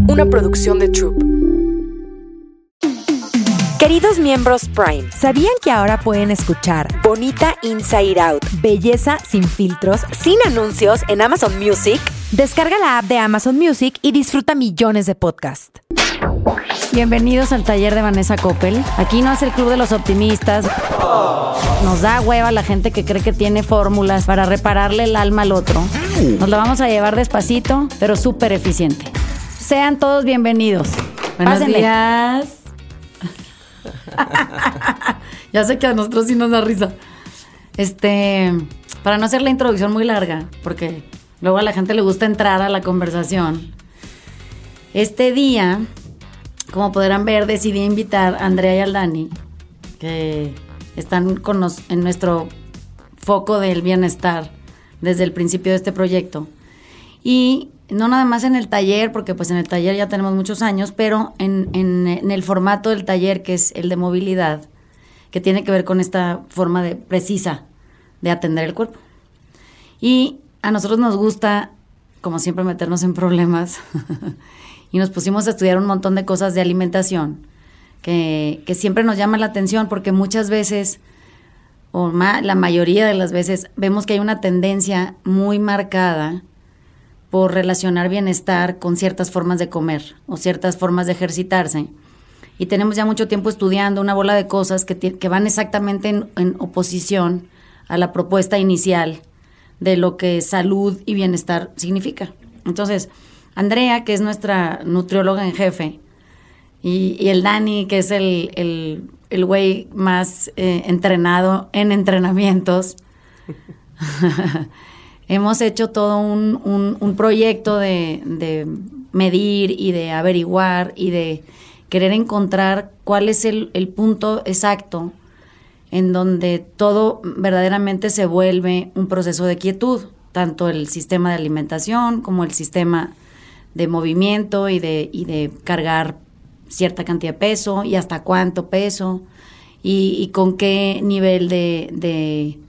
una producción de Troop. Queridos miembros Prime, ¿sabían que ahora pueden escuchar Bonita Inside Out, Belleza sin filtros, sin anuncios en Amazon Music? Descarga la app de Amazon Music y disfruta millones de podcasts. Bienvenidos al taller de Vanessa Coppel. Aquí no es el club de los optimistas. Nos da hueva la gente que cree que tiene fórmulas para repararle el alma al otro. Nos la vamos a llevar despacito, pero súper eficiente. Sean todos bienvenidos. Buenos Pásenle. días. Ya sé que a nosotros sí nos da risa. Para no hacer la introducción muy larga, porque luego a la gente le gusta entrar a la conversación. Este día, como podrán ver, decidí invitar a Andrea y al Dani, que están en nuestro foco del bienestar desde el principio de este proyecto. Y no nada más en el taller, porque pues en el taller ya tenemos muchos años, pero en el formato del taller, que es el de movilidad, que tiene que ver con esta forma precisa de atender el cuerpo. Y a nosotros nos gusta, como siempre, meternos en problemas y nos pusimos a estudiar un montón de cosas de alimentación que siempre nos llama la atención, porque muchas veces, la mayoría de las veces, vemos que hay una tendencia muy marcada por relacionar bienestar con ciertas formas de comer o ciertas formas de ejercitarse. Y tenemos ya mucho tiempo estudiando una bola de cosas que van exactamente en oposición a la propuesta inicial de lo que salud y bienestar significa. Entonces, Andrea, que es nuestra nutrióloga en jefe, y el Dani, que es el güey más entrenado en entrenamientos, hemos hecho todo un proyecto de medir y de averiguar y de querer encontrar cuál es el punto exacto en donde todo verdaderamente se vuelve un proceso de quietud, tanto el sistema de alimentación como el sistema de movimiento y de cargar cierta cantidad de peso y hasta cuánto peso y con qué nivel de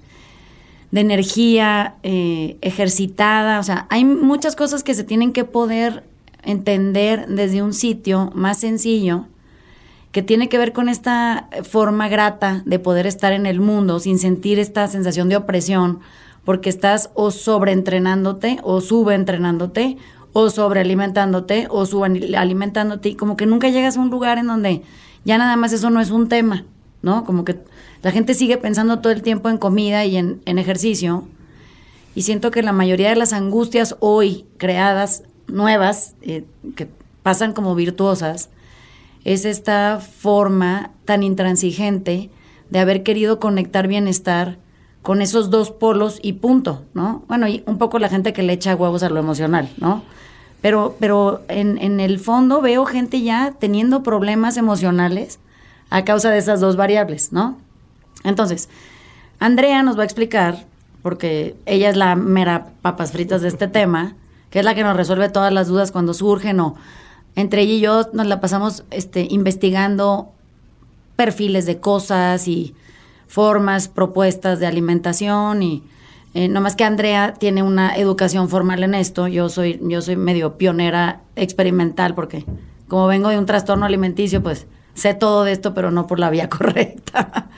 energía ejercitada. O sea, hay muchas cosas que se tienen que poder entender desde un sitio más sencillo, que tiene que ver con esta forma grata de poder estar en el mundo sin sentir esta sensación de opresión, porque estás o sobreentrenándote o subentrenándote o sobrealimentándote o subalimentándote, y como que nunca llegas a un lugar en donde ya nada más eso no es un tema, ¿no? Como que la gente sigue pensando todo el tiempo en comida y en ejercicio, y siento que la mayoría de las angustias hoy creadas, nuevas, que pasan como virtuosas, es esta forma tan intransigente de haber querido conectar bienestar con esos dos polos y punto, ¿no? Bueno, y un poco la gente que le echa huevos a lo emocional, ¿no? Pero en el fondo veo gente ya teniendo problemas emocionales a causa de esas dos variables, ¿no? Entonces, Andrea nos va a explicar, porque ella es la mera papas fritas de este tema, que es la que nos resuelve todas las dudas cuando surgen, o entre ella y yo nos la pasamos investigando perfiles de cosas y formas, propuestas de alimentación, y no más que Andrea tiene una educación formal en esto. Yo soy medio pionera experimental, porque como vengo de un trastorno alimenticio, pues sé todo de esto, pero no por la vía correcta.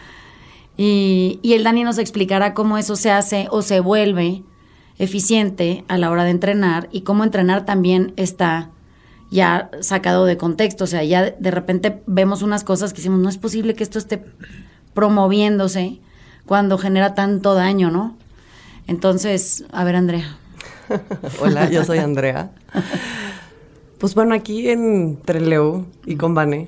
Y el Dani nos explicará cómo eso se hace o se vuelve eficiente a la hora de entrenar, y cómo entrenar también está ya sacado de contexto. O sea, ya de repente vemos unas cosas que decimos, no es posible que esto esté promoviéndose cuando genera tanto daño, ¿no? Entonces, a ver, Andrea. Hola, yo soy Andrea. Pues bueno, aquí en Trelew y con Vane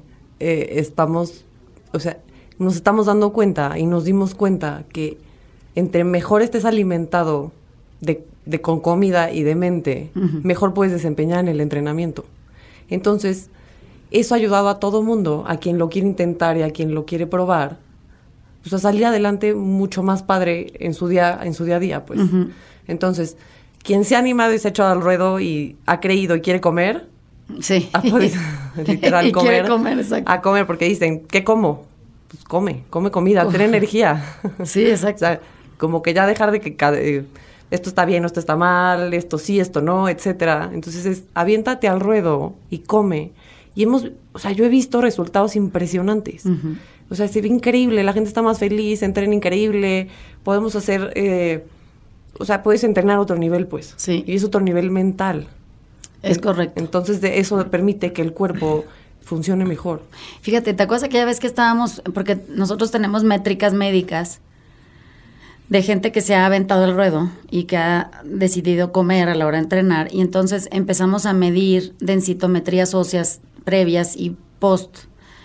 nos estamos dando cuenta y nos dimos cuenta que entre mejor estés alimentado con comida y de mente, mejor puedes desempeñar en el entrenamiento. Entonces, eso ha ayudado a todo mundo, a quien lo quiere intentar y a quien lo quiere probar, pues a salir adelante mucho más padre en su día a día, pues. Entonces, quien se ha animado y se ha echado al ruedo y ha creído y quiere comer, sí, ha podido literal comer, quiere comer, exacto. A comer, porque dicen, ¿qué como? Pues come comida, ten energía. Sí, exacto. O sea, como que ya dejar de esto está bien, esto está mal, esto sí, esto no, etcétera. Entonces aviéntate al ruedo y come. Y yo he visto resultados impresionantes. Uh-huh. O sea, se ve increíble, la gente está más feliz, entrena increíble, podemos hacer, puedes entrenar a otro nivel, pues. Sí. Y es otro nivel mental. Es correcto. Entonces, eso permite que el cuerpo funcione mejor. Fíjate, ¿te acuerdas aquella vez que estábamos, porque nosotros tenemos métricas médicas de gente que se ha aventado el ruedo y que ha decidido comer a la hora de entrenar, y entonces empezamos a medir densitometrías óseas previas y post,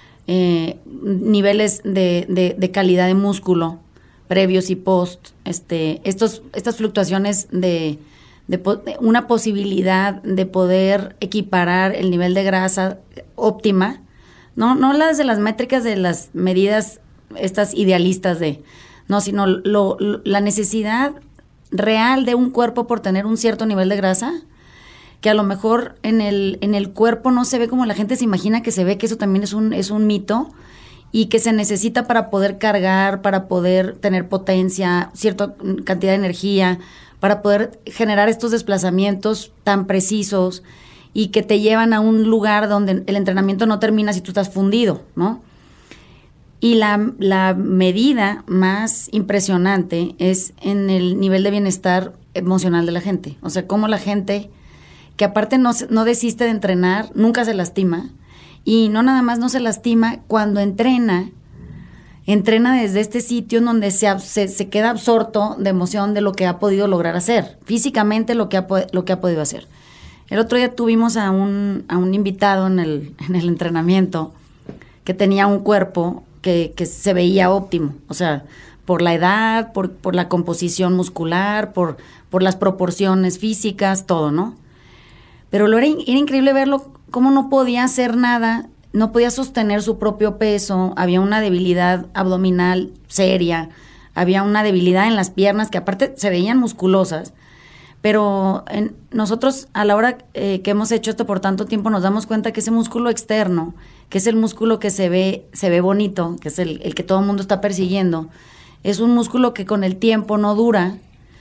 niveles de calidad de músculo previos y post, estas fluctuaciones de una posibilidad de poder equiparar el nivel de grasa óptima, no las de las métricas de las medidas estas idealistas sino la necesidad real de un cuerpo por tener un cierto nivel de grasa, que a lo mejor en el cuerpo no se ve como la gente se imagina que se ve, que eso también es un mito, y que se necesita para poder cargar, para poder tener potencia, cierta cantidad de energía, para poder generar estos desplazamientos tan precisos y que te llevan a un lugar donde el entrenamiento no termina si tú estás fundido, ¿no? Y la medida más impresionante es en el nivel de bienestar emocional de la gente. O sea, cómo la gente, que aparte no desiste de entrenar, nunca se lastima, y no nada más no se lastima, cuando entrena desde este sitio en donde se queda absorto de emoción de lo que ha podido lograr hacer, físicamente lo que ha podido hacer. El otro día tuvimos a un invitado en el entrenamiento que tenía un cuerpo que se veía óptimo, o sea, por la edad, por la composición muscular, por las proporciones físicas, todo, ¿no? Pero era increíble verlo, cómo no podía hacer nada, no podía sostener su propio peso, había una debilidad abdominal seria, había una debilidad en las piernas que aparte se veían musculosas, pero nosotros a la hora que hemos hecho esto por tanto tiempo nos damos cuenta que ese músculo externo, que es el músculo que se ve bonito, que es el que todo el mundo está persiguiendo, es un músculo que con el tiempo no dura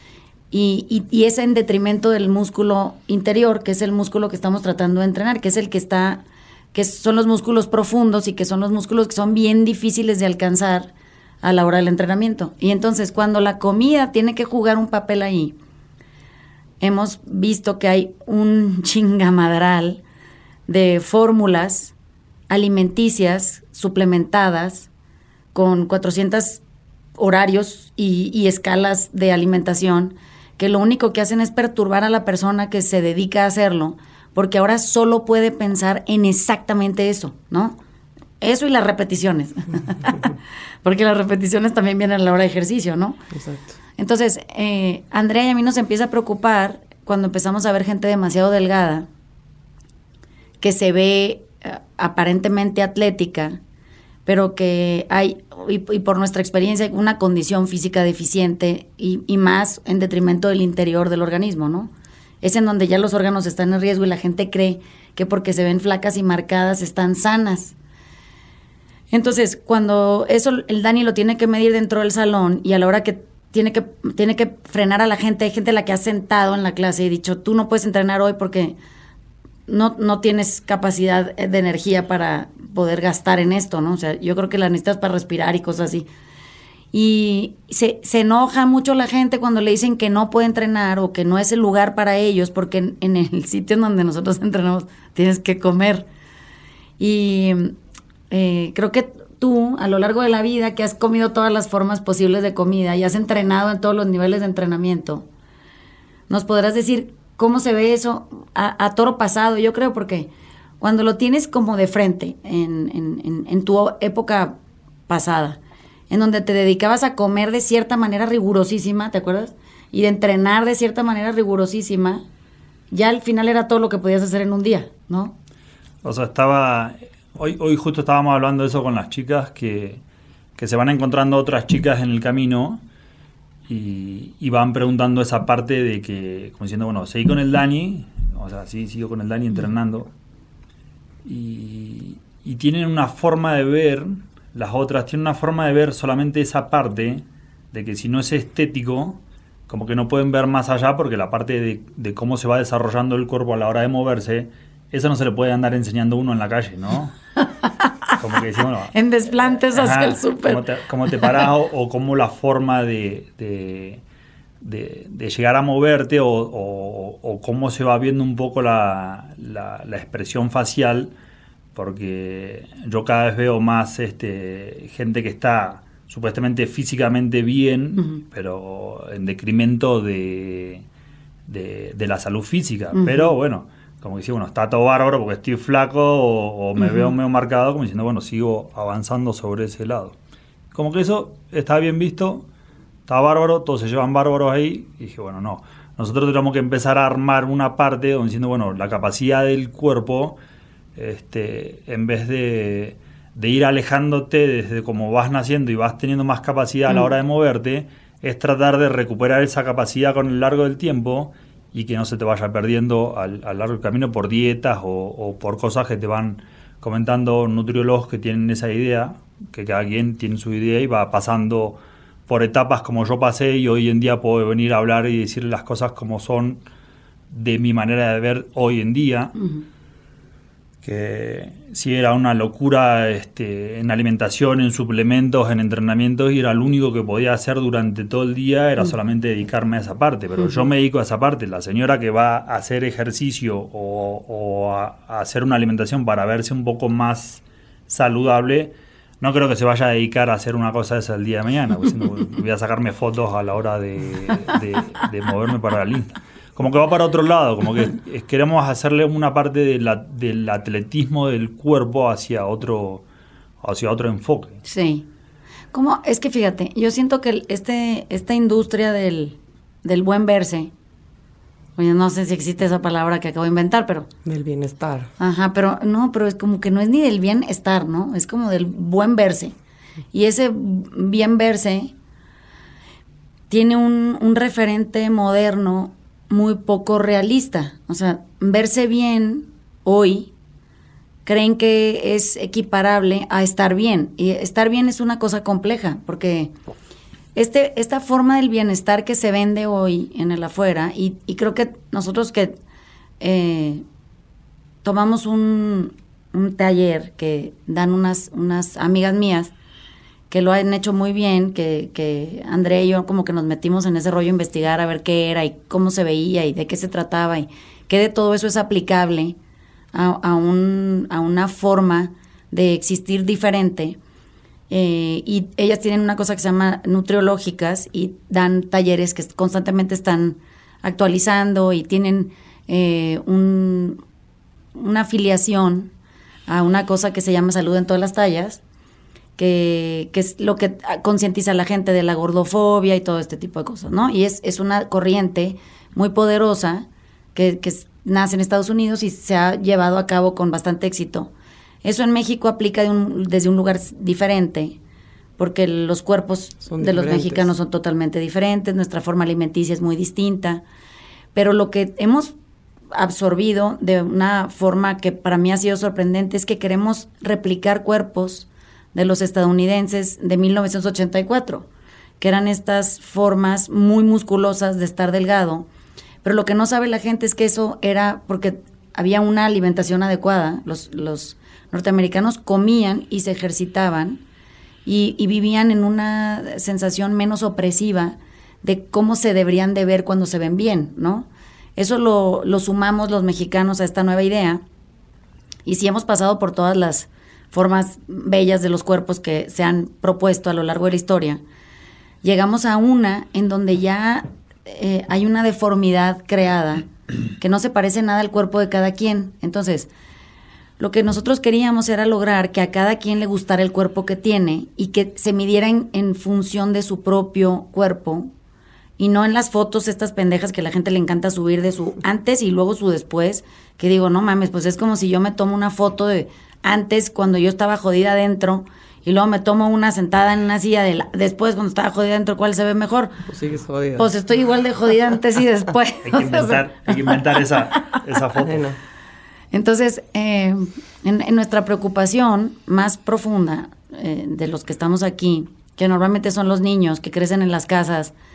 y es en detrimento del músculo interior, que es el músculo que estamos tratando de entrenar, que es el que son los músculos profundos y que son los músculos que son bien difíciles de alcanzar a la hora del entrenamiento. Y entonces cuando la comida tiene que jugar un papel ahí, hemos visto que hay un chingamadral de fórmulas alimenticias suplementadas con 400 horarios y escalas de alimentación, que lo único que hacen es perturbar a la persona que se dedica a hacerlo, porque ahora solo puede pensar en exactamente eso, ¿no? Eso y las repeticiones. Porque las repeticiones también vienen a la hora de ejercicio, ¿no? Exacto. Entonces, Andrea y a mí nos empieza a preocupar cuando empezamos a ver gente demasiado delgada, que se ve aparentemente atlética, pero que hay, y por nuestra experiencia, una condición física deficiente y más en detrimento del interior del organismo, ¿no? Es en donde ya los órganos están en riesgo y la gente cree que porque se ven flacas y marcadas están sanas. Entonces, cuando eso el Dani lo tiene que medir dentro del salón y a la hora que tiene que frenar a la gente, hay gente a la que ha sentado en la clase y dicho, tú no puedes entrenar hoy porque no tienes capacidad de energía para poder gastar en esto, ¿no? O sea, yo creo que la necesitas para respirar y cosas así. Y se enoja mucho la gente cuando le dicen que no puede entrenar o que no es el lugar para ellos, porque en el sitio en donde nosotros entrenamos tienes que comer. Y creo que tú, a lo largo de la vida, que has comido todas las formas posibles de comida y has entrenado en todos los niveles de entrenamiento, nos podrás decir cómo se ve eso a toro pasado, yo creo, porque cuando lo tienes como de frente en tu época pasada, en donde te dedicabas a comer de cierta manera rigurosísima, ¿te acuerdas? Y de entrenar de cierta manera rigurosísima, ya al final era todo lo que podías hacer en un día, ¿no? O sea, hoy justo estábamos hablando de eso con las chicas, que se van encontrando otras chicas en el camino y van preguntando esa parte de que, como diciendo, bueno, seguí con el Dani, o sea, sí, sigo con el Dani entrenando, y tienen una forma de ver, las otras tienen una forma de ver solamente esa parte, de que si no es estético, como que no pueden ver más allá porque la parte de cómo se va desarrollando el cuerpo a la hora de moverse, eso no se le puede andar enseñando uno en la calle, ¿no? Como que decimos, bueno, en desplantes hacia el súper. Cómo te parás o cómo la forma de llegar a moverte o cómo se va viendo un poco la expresión facial, porque yo cada vez veo más gente que está supuestamente físicamente bien, pero en detrimento de la salud física. Pero bueno, como que decía, bueno, está todo bárbaro porque estoy flaco o me veo medio marcado, como diciendo, bueno, sigo avanzando sobre ese lado. Como que eso está bien visto, está bárbaro, todos se llevan bárbaros ahí, y dije, bueno, no. Nosotros tenemos que empezar a armar una parte donde diciendo, bueno, la capacidad del cuerpo, en vez de ir alejándote desde cómo vas naciendo y vas teniendo más capacidad a la hora de moverte, es tratar de recuperar esa capacidad con el largo del tiempo y que no se te vaya perdiendo al largo del camino por dietas o por cosas que te van comentando nutriólogos que tienen esa idea, que cada quien tiene su idea y va pasando por etapas como yo pasé, y hoy en día puedo venir a hablar y decir las cosas como son de mi manera de ver hoy en día. Que sí era una locura en alimentación, en suplementos, en entrenamientos, y era lo único que podía hacer durante todo el día, era solamente dedicarme a esa parte. Pero yo me dedico a esa parte. La señora que va a hacer ejercicio o a hacer una alimentación para verse un poco más saludable, no creo que se vaya a dedicar a hacer una cosa esa el día de mañana. Voy a sacarme fotos a la hora de moverme para la Insta. Como que va para otro lado, como que queremos hacerle una parte del atletismo del cuerpo hacia otro enfoque. Sí. Como es que fíjate, yo siento que esta industria del buen verse, oye, no sé si existe esa palabra que acabo de inventar, pero... Del bienestar. Ajá, pero es como que no es ni del bienestar, ¿no? Es como del buen verse. Y ese bien verse tiene un referente moderno muy poco realista. O sea, verse bien hoy creen que es equiparable a estar bien. Y estar bien es una cosa compleja, porque esta forma del bienestar que se vende hoy en el afuera, y creo que nosotros que tomamos un taller que dan unas amigas mías que lo han hecho muy bien, que André y yo como que nos metimos en ese rollo a investigar a ver qué era y cómo se veía y de qué se trataba y qué de todo eso es aplicable a una forma de existir diferente. Y ellas tienen una cosa que se llama nutriológicas y dan talleres que constantemente están actualizando y tienen una afiliación a una cosa que se llama Salud en todas las tallas, que es lo que concientiza a la gente de la gordofobia y todo este tipo de cosas, ¿no? Y es una corriente muy poderosa que nace en Estados Unidos y se ha llevado a cabo con bastante éxito. Eso en México aplica desde un lugar diferente, porque los cuerpos de los mexicanos son totalmente diferentes, nuestra forma alimenticia es muy distinta, pero lo que hemos absorbido de una forma que para mí ha sido sorprendente es que queremos replicar cuerpos de los estadounidenses de 1984, que eran estas formas muy musculosas de estar delgado, pero lo que no sabe la gente es que eso era porque había una alimentación adecuada. Los norteamericanos comían y se ejercitaban y vivían en una sensación menos opresiva de cómo se deberían de ver cuando se ven bien, ¿no? Eso lo sumamos los mexicanos a esta nueva idea, y sí hemos pasado por todas las formas bellas de los cuerpos que se han propuesto a lo largo de la historia. Llegamos a una en donde ya hay una deformidad creada que no se parece nada al cuerpo de cada quien. Entonces, lo que nosotros queríamos era lograr que a cada quien le gustara el cuerpo que tiene y que se midiera en función de su propio cuerpo y no en las fotos estas pendejas que a la gente le encanta subir de su antes y luego su después, que digo, no mames, pues es como si yo me tomo una foto de antes cuando yo estaba jodida adentro y luego me tomo una sentada en una silla después cuando estaba jodida adentro, ¿cuál se ve mejor? Pues sigues jodida. Pues estoy igual de jodida antes y después. hay que inventar esa foto. Bueno. Entonces, en nuestra preocupación más profunda de los que estamos aquí, que normalmente son los niños que crecen en las casas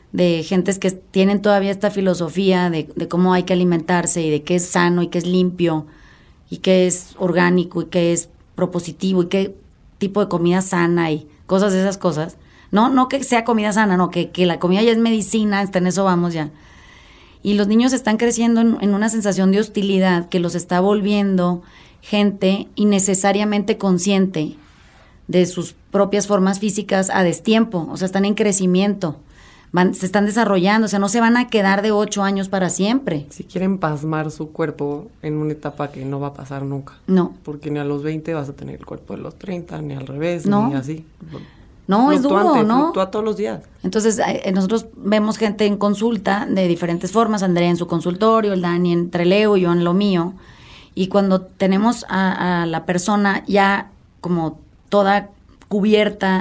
de gentes que tienen todavía esta filosofía de cómo hay que alimentarse y de qué es sano y qué es limpio y qué es orgánico y qué es propositivo y qué tipo de comida sana y cosas de esas cosas. No que sea comida sana, no, que la comida ya es medicina, hasta en eso vamos ya. Y los niños están creciendo en una sensación de hostilidad que los está volviendo gente innecesariamente consciente de sus propias formas físicas a destiempo, o sea, están en crecimiento. Se están desarrollando, o sea, no se van a quedar de 8 años para siempre. Si quieren pasmar su cuerpo en una etapa que no va a pasar nunca. No. Porque ni a los 20 vas a tener el cuerpo de los 30, ni al revés, No. ni así. No, es duro, ¿no? Fluctúa todos los días. Entonces, nosotros vemos gente en consulta de diferentes formas, Andrea en su consultorio, el Dani entre Leo y yo en lo mío, y cuando tenemos a la persona ya como toda cubierta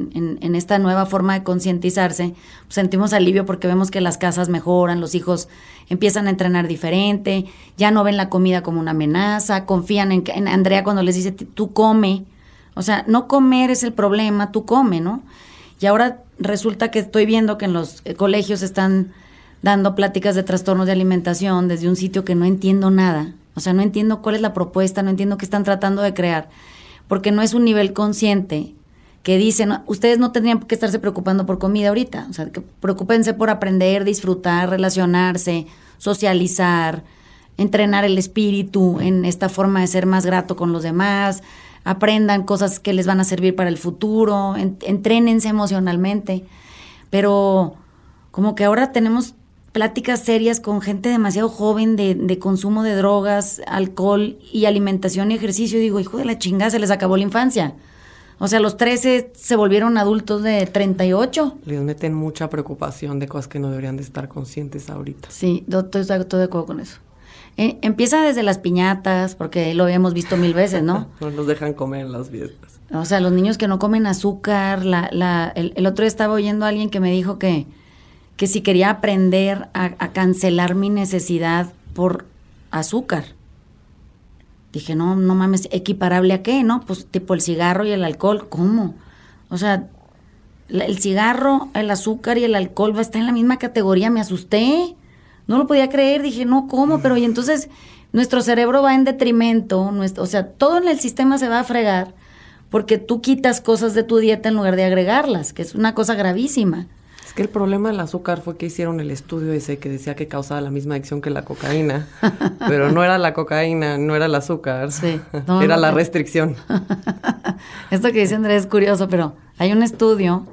en esta nueva forma de concientizarse, pues sentimos alivio porque vemos que las casas mejoran, los hijos empiezan a entrenar diferente, ya no ven la comida como una amenaza, confían en Andrea cuando les dice, tú come, o sea, no comer es el problema, tú come, ¿no? Y ahora resulta que estoy viendo que en los colegios están dando pláticas de trastornos de alimentación desde un sitio que no entiendo nada, o sea, no entiendo cuál es la propuesta, no entiendo qué están tratando de crear, porque no es un nivel consciente que dicen, ustedes no tendrían que estarse preocupando por comida ahorita, o sea, que preocúpense por aprender, disfrutar, relacionarse, socializar, entrenar el espíritu en esta forma de ser más grato con los demás, aprendan cosas que les van a servir para el futuro, entrénense emocionalmente, pero como que ahora tenemos pláticas serias con gente demasiado joven de consumo de drogas, alcohol y alimentación y ejercicio. Y digo, hijo de la chingada, se les acabó la infancia. O sea, a los 13 se volvieron adultos de 38. Les meten mucha preocupación de cosas que no deberían de estar conscientes ahorita. Sí, estoy de acuerdo con eso. Empieza desde las piñatas, porque lo habíamos visto 1000 veces, ¿no? No nos dejan comer en las fiestas. O sea, los niños que no comen azúcar. El otro día estaba oyendo a alguien que me dijo que si quería aprender a cancelar mi necesidad por azúcar. Dije, no mames, ¿equiparable a qué? ¿No? Pues tipo el cigarro y el alcohol, ¿cómo? O sea, el cigarro, el azúcar y el alcohol está en la misma categoría, me asusté. No lo podía creer, dije, no, ¿cómo? Pero y entonces nuestro cerebro va en detrimento, o sea, todo en el sistema se va a fregar porque tú quitas cosas de tu dieta en lugar de agregarlas, que es una cosa gravísima. Es que el problema del azúcar fue que hicieron el estudio ese que decía que causaba la misma adicción que la cocaína, pero no era la cocaína, no era el azúcar, sí, era la restricción. Esto que dice Andrés es curioso, pero hay un estudio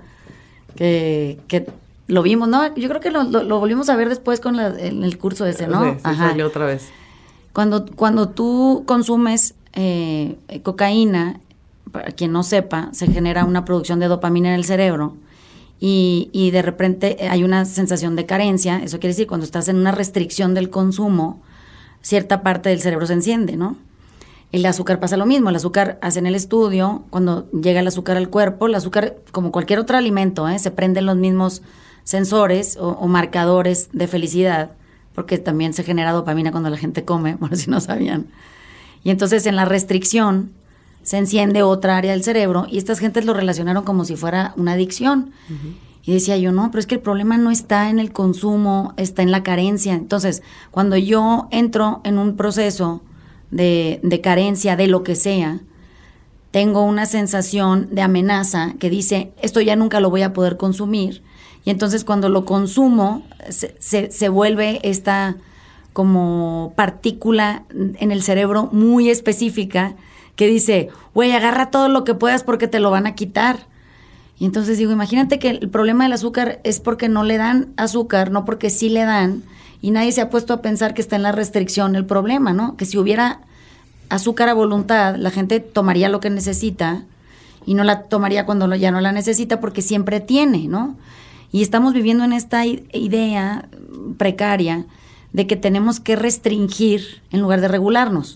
que lo vimos, ¿no? Yo creo que lo volvimos a ver después en el curso ese, ¿no? Sí, salió otra vez. Cuando tú consumes cocaína, para quien no sepa, se genera una producción de dopamina en el cerebro y de repente hay una sensación de carencia. Eso quiere decir, cuando estás en una restricción del consumo, cierta parte del cerebro se enciende, ¿no? El azúcar pasa lo mismo. El azúcar, hacen el estudio, cuando llega el azúcar al cuerpo, el azúcar, como cualquier otro alimento, se prenden los mismos sensores o marcadores de felicidad, porque también se genera dopamina cuando la gente come, bueno, si no sabían. Y entonces en la restricción se enciende otra área del cerebro y estas gentes lo relacionaron como si fuera una adicción. Uh-huh. Y decía yo, no, pero es que el problema no está en el consumo, está en la carencia. Entonces, cuando yo entro en un proceso de carencia de lo que sea, tengo una sensación de amenaza que dice, esto ya nunca lo voy a poder consumir. Y entonces cuando lo consumo, se vuelve esta como partícula en el cerebro muy específica que dice, güey, agarra todo lo que puedas porque te lo van a quitar. Y entonces digo, imagínate que el problema del azúcar es porque no le dan azúcar, no porque sí le dan, y nadie se ha puesto a pensar que está en la restricción el problema, ¿no? Que si hubiera azúcar a voluntad, la gente tomaría lo que necesita y no la tomaría cuando ya no la necesita porque siempre tiene, ¿no? Y estamos viviendo en esta idea precaria de que tenemos que restringir en lugar de regularnos.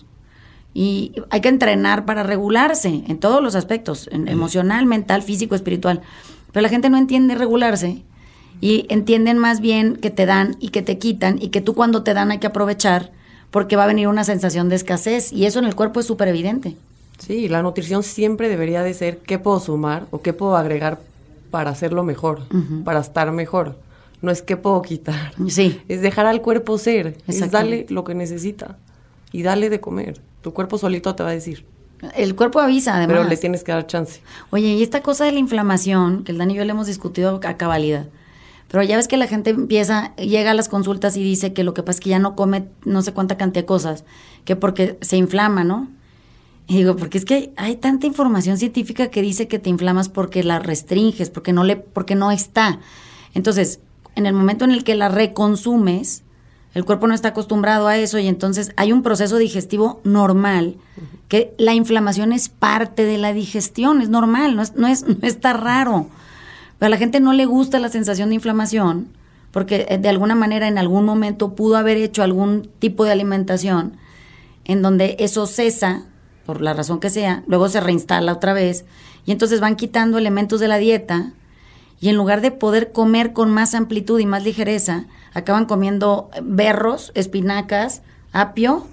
Y hay que entrenar para regularse en todos los aspectos, emocional, mental, físico, espiritual. Pero la gente no entiende regularse y entienden más bien que te dan y que te quitan y que tú cuando te dan hay que aprovechar porque va a venir una sensación de escasez y eso en el cuerpo es súper evidente. Sí, la nutrición siempre debería de ser qué puedo sumar o qué puedo agregar para hacerlo mejor, uh-huh, para estar mejor. no es que puedo quitar. Sí. Es dejar al cuerpo ser. Es Exactamente. darle lo que necesita. Y dale de comer. Tu cuerpo solito te va a decir. El cuerpo avisa, además. Pero le tienes que dar chance. Oye, y esta cosa de la inflamación, que el Dani y yo le hemos discutido a cabalidad, pero ya ves que la gente llega a las consultas y dice que lo que pasa es que ya no come no sé cuánta cantidad de cosas, que porque se inflama, ¿no? Y digo, porque es que hay tanta información científica que dice que te inflamas porque la restringes, porque no está. Entonces, en el momento en el que la reconsumes, el cuerpo no está acostumbrado a eso y entonces hay un proceso digestivo normal, que la inflamación es parte de la digestión, es normal, no está raro. Pero a la gente no le gusta la sensación de inflamación porque de alguna manera en algún momento pudo haber hecho algún tipo de alimentación en donde eso cesa, por la razón que sea, luego se reinstala otra vez y entonces van quitando elementos de la dieta y en lugar de poder comer con más amplitud y más ligereza, acaban comiendo berros, espinacas, apio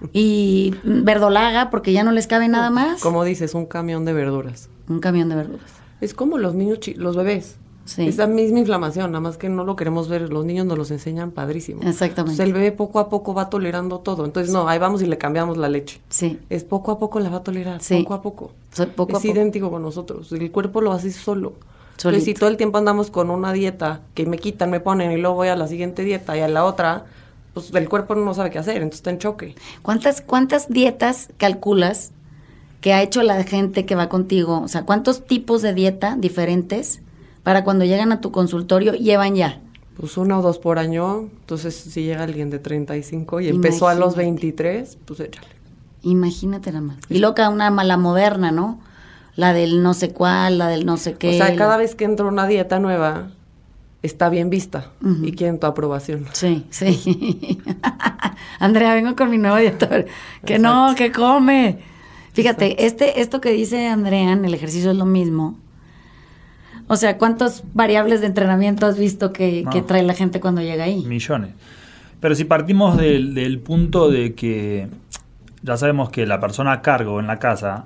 y verdolaga porque ya no les cabe nada más. Como dices, un camión de verduras. Un camión de verduras. Es como los niños, los bebés. Sí. Es la misma inflamación, nada más que no lo queremos ver. Los niños nos los enseñan padrísimo. Exactamente. Entonces, el bebé poco a poco va tolerando todo. Entonces, no, ahí vamos y le cambiamos la leche. Sí. Es poco a poco la va a tolerar, Sí. poco a poco. Poco a Es poco. idéntico con nosotros. El cuerpo lo hace solo. Solito. Entonces, si todo el tiempo andamos con una dieta que me quitan, me ponen y luego voy a la siguiente dieta y a la otra, pues el cuerpo no sabe qué hacer, entonces está en choque. ¿Cuántas dietas calculas que ha hecho la gente que va contigo? O sea, ¿cuántos tipos de dieta diferentes para cuando llegan a tu consultorio llevan ya? Pues 1 o 2 por año. Entonces, si llega alguien de 35 y empezó a los Imagínate. 23, pues échale. Imagínate nada más. Y loca una mala moderna, ¿no? La del no sé cuál, la del no sé qué. O sea, cada la- vez que entra una dieta nueva, está bien vista Ujú. y quieren tu aprobación. Sí, sí. Andrea, vengo con mi nueva dieta. Que Exacto. no, que come. Fíjate, esto que dice Andrea en el ejercicio es lo mismo. O sea, ¿cuántas variables de entrenamiento has visto que No. trae la gente cuando llega ahí? Millones. Pero si partimos del punto de que ya sabemos que la persona a cargo en la casa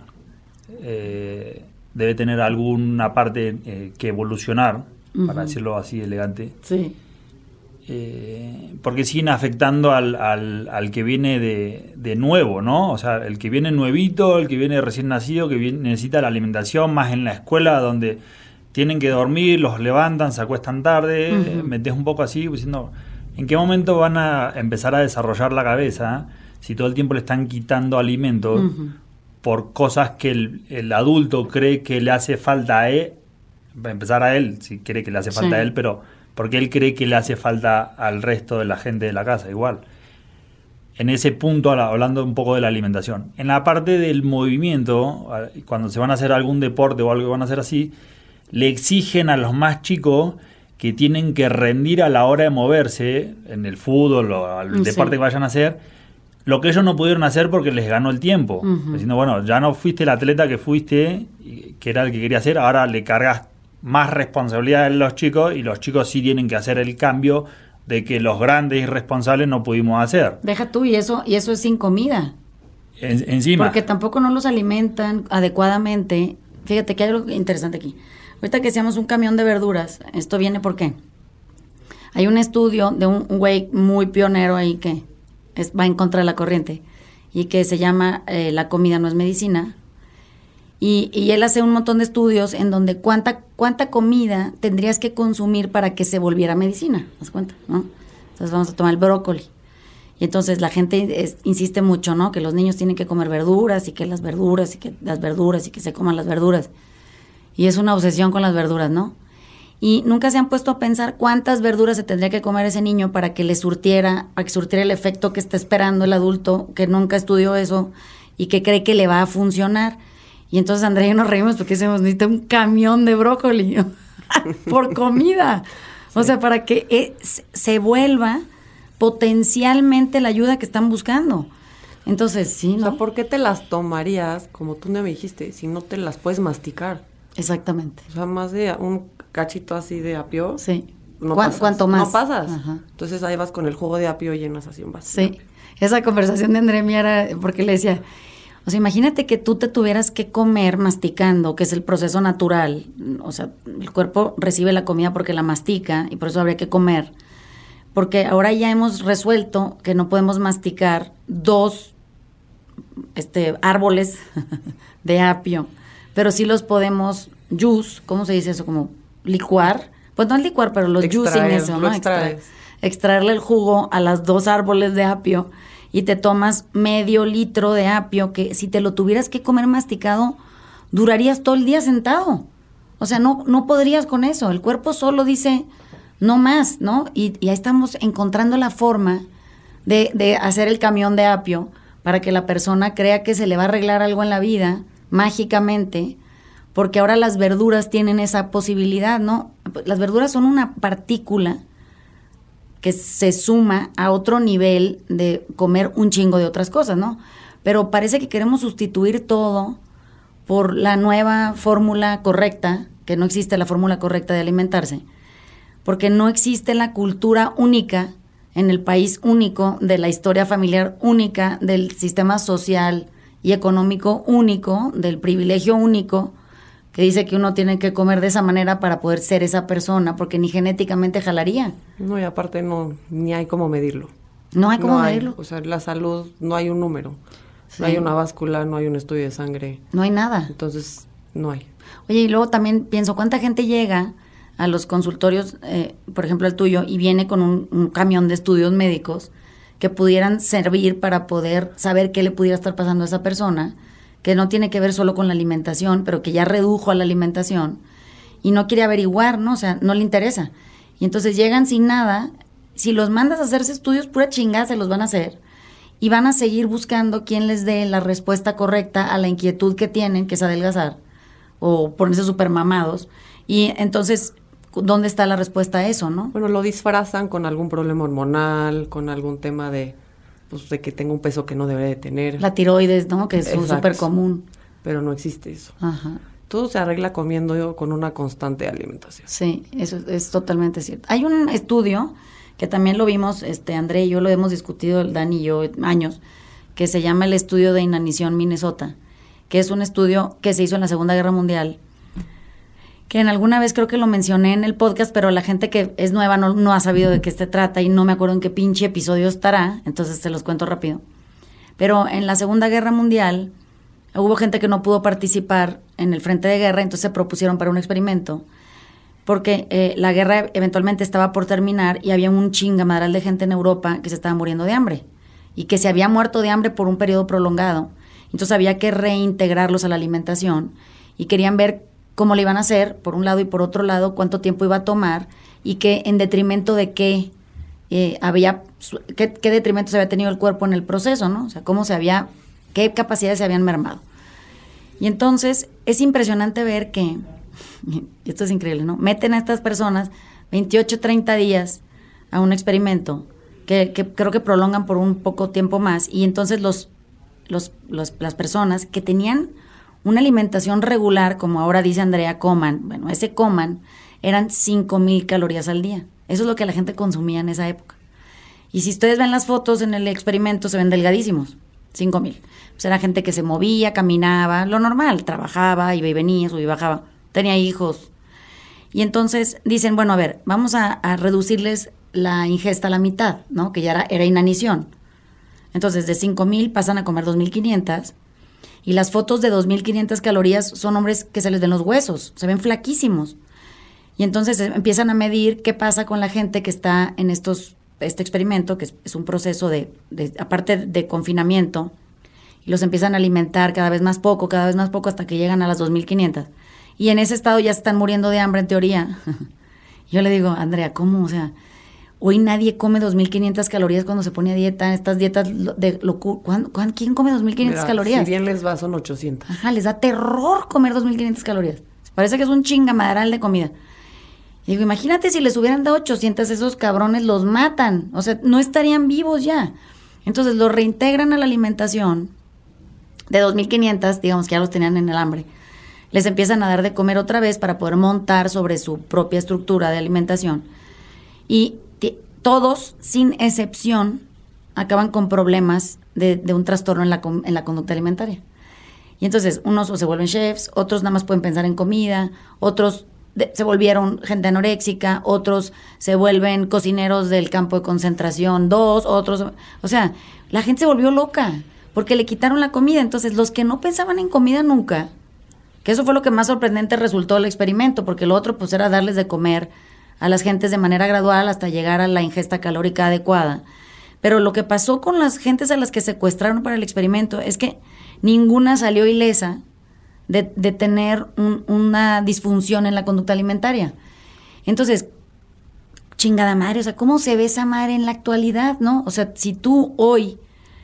debe tener alguna parte que evolucionar, para decirlo así elegante, Sí. porque siguen afectando al que viene de nuevo, ¿no? O sea, el que viene nuevito, el que viene recién nacido, que necesita la alimentación, más en la escuela donde tienen que dormir, los levantan, se acuestan tarde, metes un poco así, diciendo, ¿en qué momento van a empezar a desarrollar la cabeza si todo el tiempo le están quitando alimentos por cosas que el adulto cree que le hace falta a él? Va a empezar a él, si cree que le hace falta Sí. a él, pero porque él cree que le hace falta al resto de la gente de la casa, igual. En ese punto, hablando un poco de la alimentación. En la parte del movimiento, cuando se van a hacer algún deporte o algo que van a hacer así, le exigen a los más chicos que tienen que rendir a la hora de moverse, en el fútbol o al Sí. deporte que vayan a hacer, lo que ellos no pudieron hacer porque les ganó el tiempo. Diciendo, bueno, ya no fuiste el atleta que fuiste, que era el que quería hacer, ahora le cargas más responsabilidad a los chicos y los chicos sí tienen que hacer el cambio de que los grandes irresponsables no pudimos hacer. Deja tú, y eso es sin comida. Encima. Porque tampoco no los alimentan adecuadamente. Fíjate que hay algo interesante aquí. Ahorita que seamos un camión de verduras, esto viene ¿por qué? Hay un estudio de un güey muy pionero ahí que va en contra de la corriente y que se llama La comida no es medicina. Y él hace un montón de estudios en donde cuánta comida tendrías que consumir para que se volviera medicina. ¿Te das cuenta? ¿No? Entonces vamos a tomar el brócoli. Y entonces la gente insiste mucho, ¿no? Que los niños tienen que comer verduras y que las verduras y que las verduras y que se coman las verduras. Y es una obsesión con las verduras, ¿no? Y nunca se han puesto a pensar cuántas verduras se tendría que comer ese niño para que surtiera el efecto que está esperando el adulto que nunca estudió eso y que cree que le va a funcionar. Y entonces Andrea y yo nos reímos porque decimos, necesita un camión de brócoli por comida. O sea, para que se vuelva potencialmente la ayuda que están buscando. Entonces, sí, O ¿no? sea, ¿por qué te las tomarías, como tú me dijiste, si no te las puedes masticar? Exactamente. O sea, más de un cachito así de apio. Sí. No pasas. ¿Cuánto más? No pasas. Ajá. Entonces ahí vas con el jugo de apio y llenas así un vaso. Sí. Esa conversación de Andrea mía era porque le decía, O sea, imagínate que tú te tuvieras que comer masticando, que es el proceso natural. O sea, el cuerpo recibe la comida porque la mastica y por eso habría que comer. Porque ahora ya hemos resuelto que no podemos masticar 2 árboles de apio, pero sí los podemos ¿cómo se dice eso? Como licuar. Pues no licuar, pero los juicing eso, ¿no? Extraerle el jugo a las 2 árboles de apio y te tomas medio litro de apio que si te lo tuvieras que comer masticado, durarías todo el día sentado. O sea, no podrías con eso. El cuerpo solo dice, no más, ¿no? Y ahí estamos encontrando la forma de hacer el camión de apio para que la persona crea que se le va a arreglar algo en la vida, mágicamente, porque ahora las verduras tienen esa posibilidad, ¿no? Las verduras son una partícula que se suma a otro nivel de comer un chingo de otras cosas, ¿no? Pero parece que queremos sustituir todo por la nueva fórmula correcta, que no existe la fórmula correcta de alimentarse, porque no existe la cultura única en el país único, de la historia familiar única, del sistema social y económico único, del privilegio único, que dice que uno tiene que comer de esa manera para poder ser esa persona, porque ni genéticamente jalaría. No, y aparte ni hay cómo medirlo. No hay cómo medirlo. O sea, la salud, no hay un número. Sí. No hay una báscula, no hay un estudio de sangre. No hay nada. Entonces, no hay. Oye, y luego también pienso, ¿cuánta gente llega a los consultorios, por ejemplo el tuyo, y viene con un camión de estudios médicos que pudieran servir para poder saber qué le pudiera estar pasando a esa persona, que no tiene que ver solo con la alimentación, pero que ya redujo a la alimentación y no quiere averiguar, ¿no? O sea, no le interesa. Y entonces llegan sin nada. Si los mandas a hacerse estudios, pura chingada se los van a hacer. Y van a seguir buscando quién les dé la respuesta correcta a la inquietud que tienen, que es adelgazar o ponerse súper mamados. Y entonces, ¿dónde está la respuesta a eso, no? Bueno, lo disfrazan con algún problema hormonal, con algún tema de que tenga un peso que no debería de tener. La tiroides, ¿no? Que es súper común. Pero no existe eso. Ajá. Todo se arregla comiendo con una constante alimentación. Sí, eso es totalmente cierto. Hay un estudio que también lo vimos, André y yo lo hemos discutido, Dani y yo, años, que se llama el estudio de inanición Minnesota, que es un estudio que se hizo en la Segunda Guerra Mundial, que en alguna vez creo que lo mencioné en el podcast, pero la gente que es nueva no ha sabido de qué se trata y no me acuerdo en qué pinche episodio estará, entonces se los cuento rápido. Pero en la Segunda Guerra Mundial hubo gente que no pudo participar en el frente de guerra, entonces se propusieron para un experimento, porque la guerra eventualmente estaba por terminar y había un chingamadral de gente en Europa que se estaba muriendo de hambre y que se había muerto de hambre por un periodo prolongado. Entonces había que reintegrarlos a la alimentación y querían ver cómo le iban a hacer, por un lado, y por otro lado, cuánto tiempo iba a tomar y que en detrimento de qué detrimento se había tenido el cuerpo en el proceso, ¿no? O sea, qué capacidades se habían mermado. Y entonces es impresionante ver que, esto es increíble, ¿no? Meten a estas personas 28, 30 días a un experimento que creo que prolongan por un poco tiempo más y entonces las personas que tenían una alimentación regular, como ahora dice Andrea, coman, eran 5,000 calorías al día. Eso es lo que la gente consumía en esa época. Y si ustedes ven las fotos en el experimento, se ven delgadísimos, 5,000. Pues era gente que se movía, caminaba, lo normal, trabajaba, iba y venía, subía y bajaba, tenía hijos. Y entonces dicen, bueno, a ver, vamos a reducirles la ingesta a la mitad, ¿no? Que ya era inanición. Entonces, de 5,000 pasan a comer 2,500. Y las fotos de 2,500 calorías son hombres que se les ven los huesos, se ven flaquísimos. Y entonces empiezan a medir qué pasa con la gente que está en este experimento, que es un proceso aparte de confinamiento, y los empiezan a alimentar cada vez más poco, hasta que llegan a las 2,500. Y en ese estado ya se están muriendo de hambre, en teoría. Yo le digo, Andrea, ¿cómo? O sea, hoy nadie come 2,500 calorías cuando se pone a dieta, estas dietas de locura. ¿Quién come 2,500 calorías? Si bien les va, son 800. Ajá, les da terror comer 2,500 calorías. Parece que es un chingamadral de comida. Y digo, imagínate si les hubieran dado 800, esos cabrones los matan. O sea, no estarían vivos ya. Entonces, los reintegran a la alimentación de 2,500, digamos que ya los tenían en el hambre. Les empiezan a dar de comer otra vez para poder montar sobre su propia estructura de alimentación. Y todos, sin excepción, acaban con problemas de un trastorno en la conducta alimentaria. Y entonces unos se vuelven chefs, otros nada más pueden pensar en comida, otros se volvieron gente anoréxica, otros se vuelven cocineros del campo de concentración 2, otros... O sea, la gente se volvió loca porque le quitaron la comida. Entonces, los que no pensaban en comida nunca, que eso fue lo que más sorprendente resultó del experimento, porque lo otro pues era darles de comer a las gentes de manera gradual hasta llegar a la ingesta calórica adecuada. Pero lo que pasó con las gentes a las que secuestraron para el experimento es que ninguna salió ilesa de tener una disfunción en la conducta alimentaria. Entonces, chingada madre, o sea, ¿cómo se ve esa madre en la actualidad, no? O sea, si tú hoy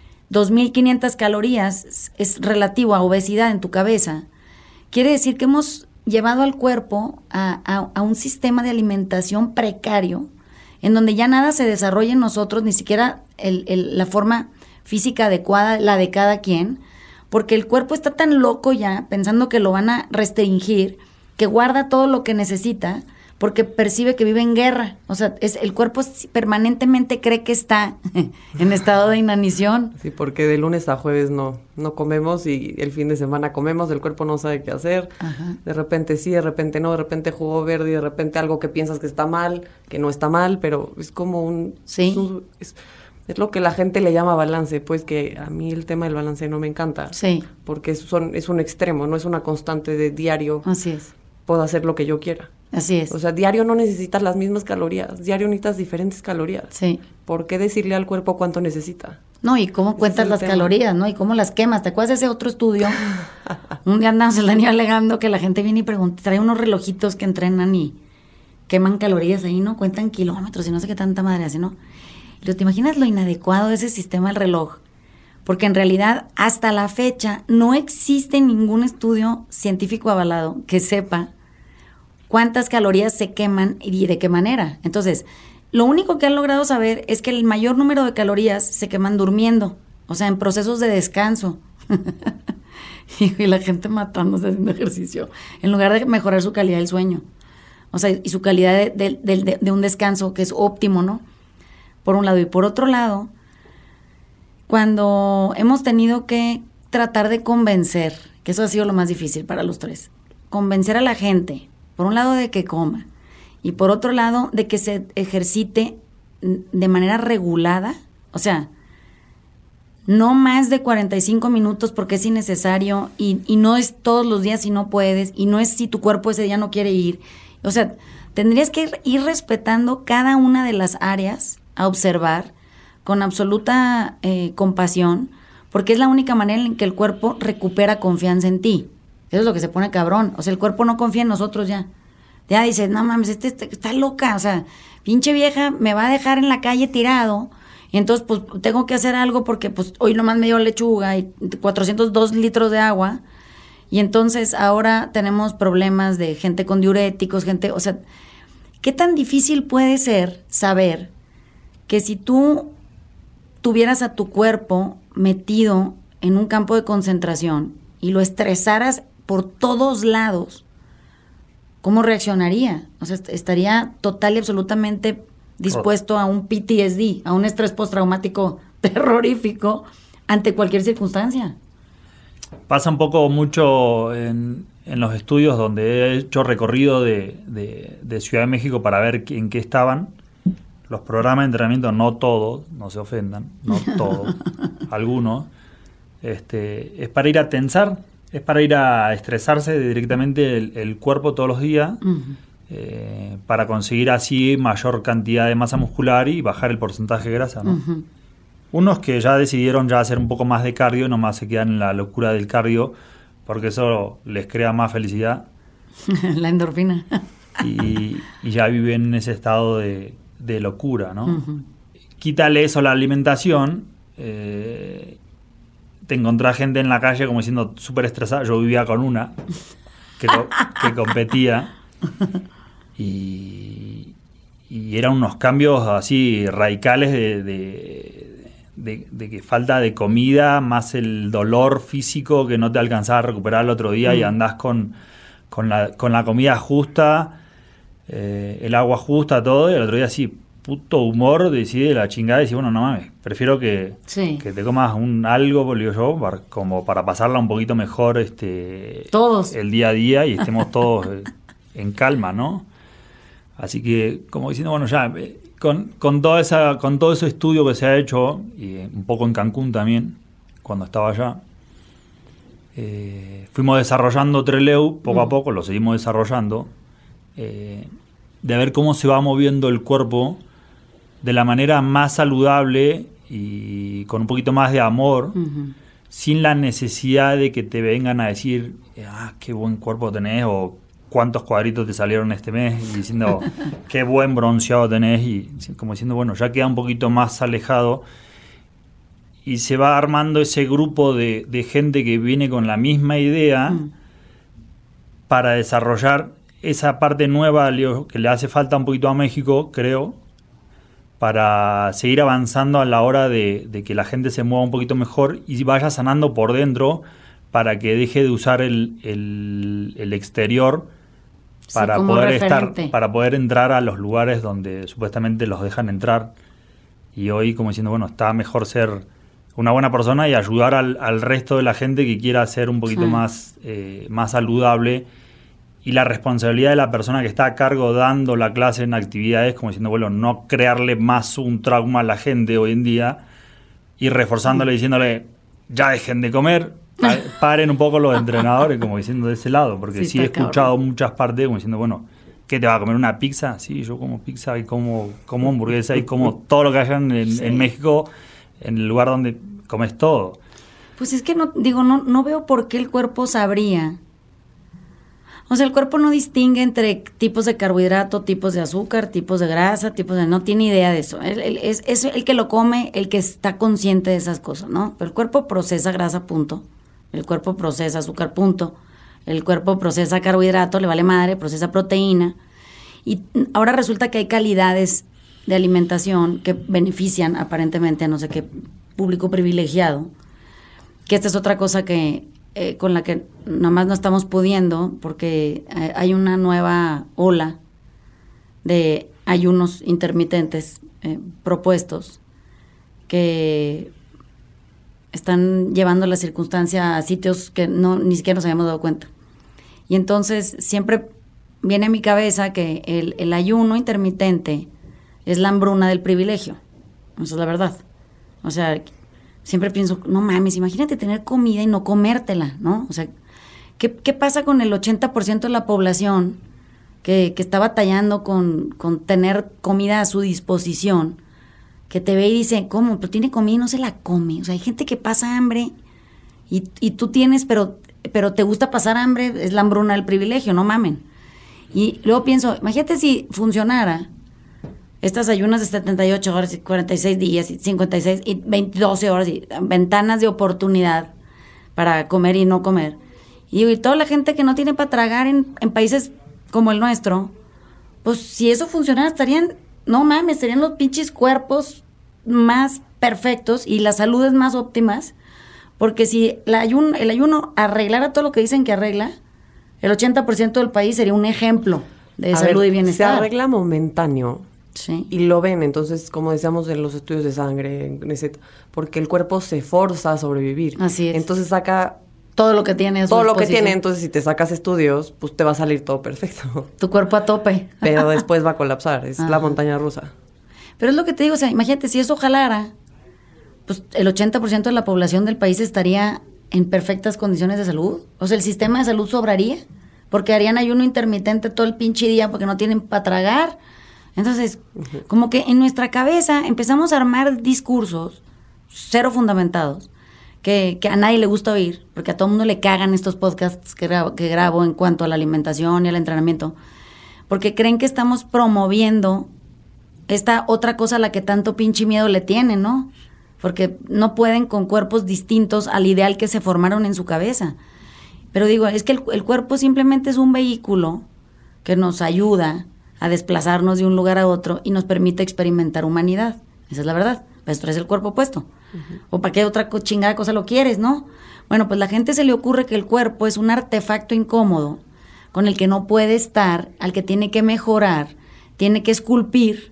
2.500 calorías es relativo a obesidad en tu cabeza, quiere decir que hemos llevado al cuerpo a un sistema de alimentación precario, en donde ya nada se desarrolla en nosotros, ni siquiera la forma física adecuada, la de cada quien, porque el cuerpo está tan loco ya, pensando que lo van a restringir, que guarda todo lo que necesita, porque percibe que vive en guerra. O sea, el cuerpo permanentemente cree que está en estado de inanición. Sí, porque de lunes a jueves no comemos y el fin de semana comemos, el cuerpo no sabe qué hacer. Ajá. De repente sí, de repente no, de repente jugo verde y de repente algo que piensas que está mal, que no está mal, pero es como un... Sí. Es lo que la gente le llama balance, pues que a mí el tema del balance no me encanta. Sí. Porque es un extremo, no es una constante de diario. Así es. Puedo hacer lo que yo quiera. Así es. O sea, diario no necesitas las mismas calorías, diario necesitas diferentes calorías. Sí. ¿Por qué decirle al cuerpo cuánto necesita? No, y cómo cuentas las calorías, ¿no? Y cómo las quemas. ¿Te acuerdas de ese otro estudio? Un día andamos el año alegando que la gente viene y pregunta, trae unos relojitos que entrenan y queman calorías ahí, ¿no? Cuentan kilómetros y no sé qué tanta madre hace, ¿no? Pero ¿te imaginas lo inadecuado de ese sistema del reloj? Porque en realidad, hasta la fecha, no existe ningún estudio científico avalado que sepa cuántas calorías se queman y de qué manera. Entonces, lo único que han logrado saber es que el mayor número de calorías se queman durmiendo, o sea, en procesos de descanso. Y la gente matándose haciendo ejercicio, en lugar de mejorar su calidad del sueño. O sea, y su calidad de un descanso que es óptimo, ¿no? Por un lado. Y por otro lado, cuando hemos tenido que tratar de convencer, que eso ha sido lo más difícil para los tres, convencer a la gente, por un lado de que coma, y por otro lado de que se ejercite de manera regulada, o sea, no más de 45 minutos porque es innecesario, y no es todos los días si no puedes, y no es si tu cuerpo ese día no quiere ir. O sea, tendrías que ir respetando cada una de las áreas a observar con absoluta compasión, porque es la única manera en que el cuerpo recupera confianza en ti. Eso es lo que se pone cabrón. O sea, el cuerpo no confía en nosotros ya. Ya dices, no mames, está loca. O sea, pinche vieja me va a dejar en la calle tirado. Y entonces, pues, tengo que hacer algo porque, pues, hoy nomás me dio lechuga y 402 litros de agua. Y entonces, ahora tenemos problemas de gente con diuréticos, o sea, ¿qué tan difícil puede ser saber que si tú tuvieras a tu cuerpo metido en un campo de concentración y lo estresaras por todos lados, ¿cómo reaccionaría? O sea, estaría total y absolutamente dispuesto a un PTSD, a un estrés postraumático terrorífico ante cualquier circunstancia. Pasa un poco mucho en los estudios donde he hecho recorrido de Ciudad de México para ver en qué estaban. Los programas de entrenamiento, no todos, no se ofendan, no todos, algunos, es para ir a tensar, es para ir a estresarse directamente el cuerpo todos los días, para conseguir así mayor cantidad de masa muscular y bajar el porcentaje de grasa, ¿no? Uh-huh. Unos que ya decidieron ya hacer un poco más de cardio, nomás se quedan en la locura del cardio, porque eso les crea más felicidad. La endorfina. Y ya viven en ese estado de locura, ¿no? Uh-huh. Quítale eso a la alimentación, te encontrás gente en la calle como diciendo súper estresada. Yo vivía con una que competía y eran unos cambios así radicales de que falta de comida más el dolor físico que no te alcanzaba a recuperar el otro día, y andás con la comida justa, el agua justa, todo, y el otro día sí, puto humor decide la chingada y dice, bueno, no mames, prefiero que te comas algo, digo yo, como para pasarla un poquito mejor todos el día a día y estemos todos en calma, ¿no? Así que, como diciendo, bueno, ya, con todo ese estudio que se ha hecho, y un poco en Cancún también, cuando estaba allá, fuimos desarrollando Trelew poco a poco, lo seguimos desarrollando, de ver cómo se va moviendo el cuerpo de la manera más saludable y con un poquito más de amor, sin la necesidad de que te vengan a decir, qué buen cuerpo tenés, o cuántos cuadritos te salieron este mes, y diciendo, qué buen bronceado tenés, y como diciendo, bueno, ya queda un poquito más alejado, y se va armando ese grupo de gente que viene con la misma idea para desarrollar esa parte nueva que le hace falta un poquito a México, creo, para seguir avanzando a la hora de que la gente se mueva un poquito mejor y vaya sanando por dentro, para que deje de usar el exterior para poder entrar a los lugares donde supuestamente los dejan entrar. Y hoy, como diciendo, bueno, está mejor ser una buena persona y ayudar al resto de la gente que quiera ser un poquito más saludable. Y la responsabilidad de la persona que está a cargo dando la clase en actividades, como diciendo, bueno, no crearle más un trauma a la gente hoy en día, y reforzándole, diciéndole, ya dejen de comer, paren un poco los entrenadores, como diciendo de ese lado, porque sí he escuchado muchas partes como diciendo, bueno, ¿qué te va a comer, una pizza? Sí, yo como pizza y como hamburguesa y como todo lo que haya en México, en el lugar donde comes todo. Pues es que no veo por qué el cuerpo sabría. O sea, el cuerpo no distingue entre tipos de carbohidrato, tipos de azúcar, tipos de grasa, no tiene idea de eso. Es el que lo come, el que está consciente de esas cosas, ¿no? Pero el cuerpo procesa grasa, punto. El cuerpo procesa azúcar, punto. El cuerpo procesa carbohidrato, le vale madre, procesa proteína. Y ahora resulta que hay calidades de alimentación que benefician aparentemente a no sé qué público privilegiado. Que esta es otra cosa que con la que nada más no estamos pudiendo, porque hay una nueva ola de ayunos intermitentes propuestos que están llevando la circunstancia a sitios que ni siquiera nos habíamos dado cuenta. Y entonces siempre viene a mi cabeza que el ayuno intermitente es la hambruna del privilegio. Esa es la verdad. O sea, siempre pienso, no mames, imagínate tener comida y no comértela, ¿no? O sea, ¿qué pasa con el 80% de la población que está batallando con tener comida a su disposición, que te ve y dice, ¿cómo? Pero tiene comida y no se la come. O sea, hay gente que pasa hambre y tú tienes, pero te gusta pasar hambre, es la hambruna del privilegio, no mamen. Y luego pienso, imagínate si funcionara estas ayunas de 78 horas y 46 días y 56 y 12 horas y ventanas de oportunidad para comer y no comer. Y toda la gente que no tiene para tragar en países como el nuestro, pues si eso funcionara estarían los pinches cuerpos más perfectos y las saludes más óptimas, porque si el ayuno arreglara todo lo que dicen que arregla, el 80% del país sería un ejemplo de salud y bienestar. Se arregla momentáneo. Sí. Y lo ven, entonces, como decíamos en los estudios de sangre, porque el cuerpo se forza a sobrevivir. Así es. Entonces saca todo lo que tiene. Todo lo que tiene, entonces si te sacas estudios, pues te va a salir todo perfecto. Tu cuerpo a tope. Pero después va a colapsar, es la montaña rusa. Pero es lo que te digo, o sea, imagínate, si eso jalara, pues el 80% de la población del país estaría en perfectas condiciones de salud. O sea, el sistema de salud sobraría, porque harían ayuno intermitente todo el pinche día porque no tienen para tragar. Entonces, como que en nuestra cabeza empezamos a armar discursos cero fundamentados, que a nadie le gusta oír, porque a todo el mundo le cagan estos podcasts que grabo en cuanto a la alimentación y al entrenamiento, porque creen que estamos promoviendo esta otra cosa a la que tanto pinche miedo le tienen, ¿no? Porque no pueden con cuerpos distintos al ideal que se formaron en su cabeza. Pero digo, es que el cuerpo simplemente es un vehículo que nos ayuda a desplazarnos de un lugar a otro y nos permite experimentar humanidad. Esa es la verdad. Esto es el cuerpo puesto. ¿O para qué otra chingada cosa lo quieres, no? Bueno, pues la gente se le ocurre que el cuerpo es un artefacto incómodo con el que no puede estar, al que tiene que mejorar, tiene que esculpir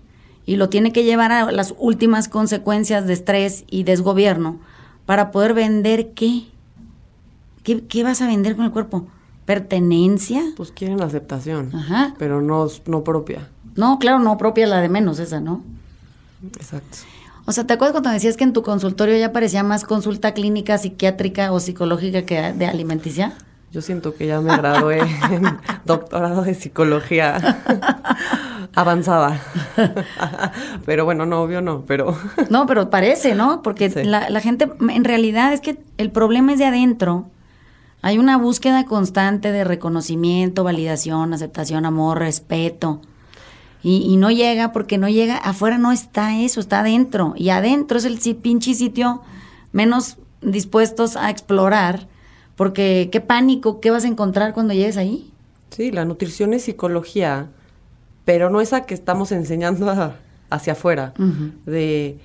y lo tiene que llevar a las últimas consecuencias de estrés y desgobierno para poder vender ¿qué? ¿Qué vas a vender con el cuerpo? ¿Pertenencia? Pues quieren aceptación, Ajá. pero no propia. No, claro, no propia, la de menos esa, ¿no? Exacto. O sea, ¿te acuerdas cuando decías que en tu consultorio ya parecía más consulta clínica, psiquiátrica o psicológica que de alimenticia? Yo siento que ya me gradué en doctorado de psicología avanzada. Pero bueno, no, obvio no, pero... No, pero parece, ¿no? Porque sí. la gente, en realidad es que el problema es de adentro. Hay una búsqueda constante de reconocimiento, validación, aceptación, amor, respeto. Y no llega porque no llega, afuera no está eso, está adentro. Y adentro es el pinche sitio menos dispuestos a explorar, porque qué pánico, ¿qué vas a encontrar cuando llegues ahí? Sí, la nutrición es psicología, pero no esa que estamos enseñando hacia afuera. Uh-huh. De,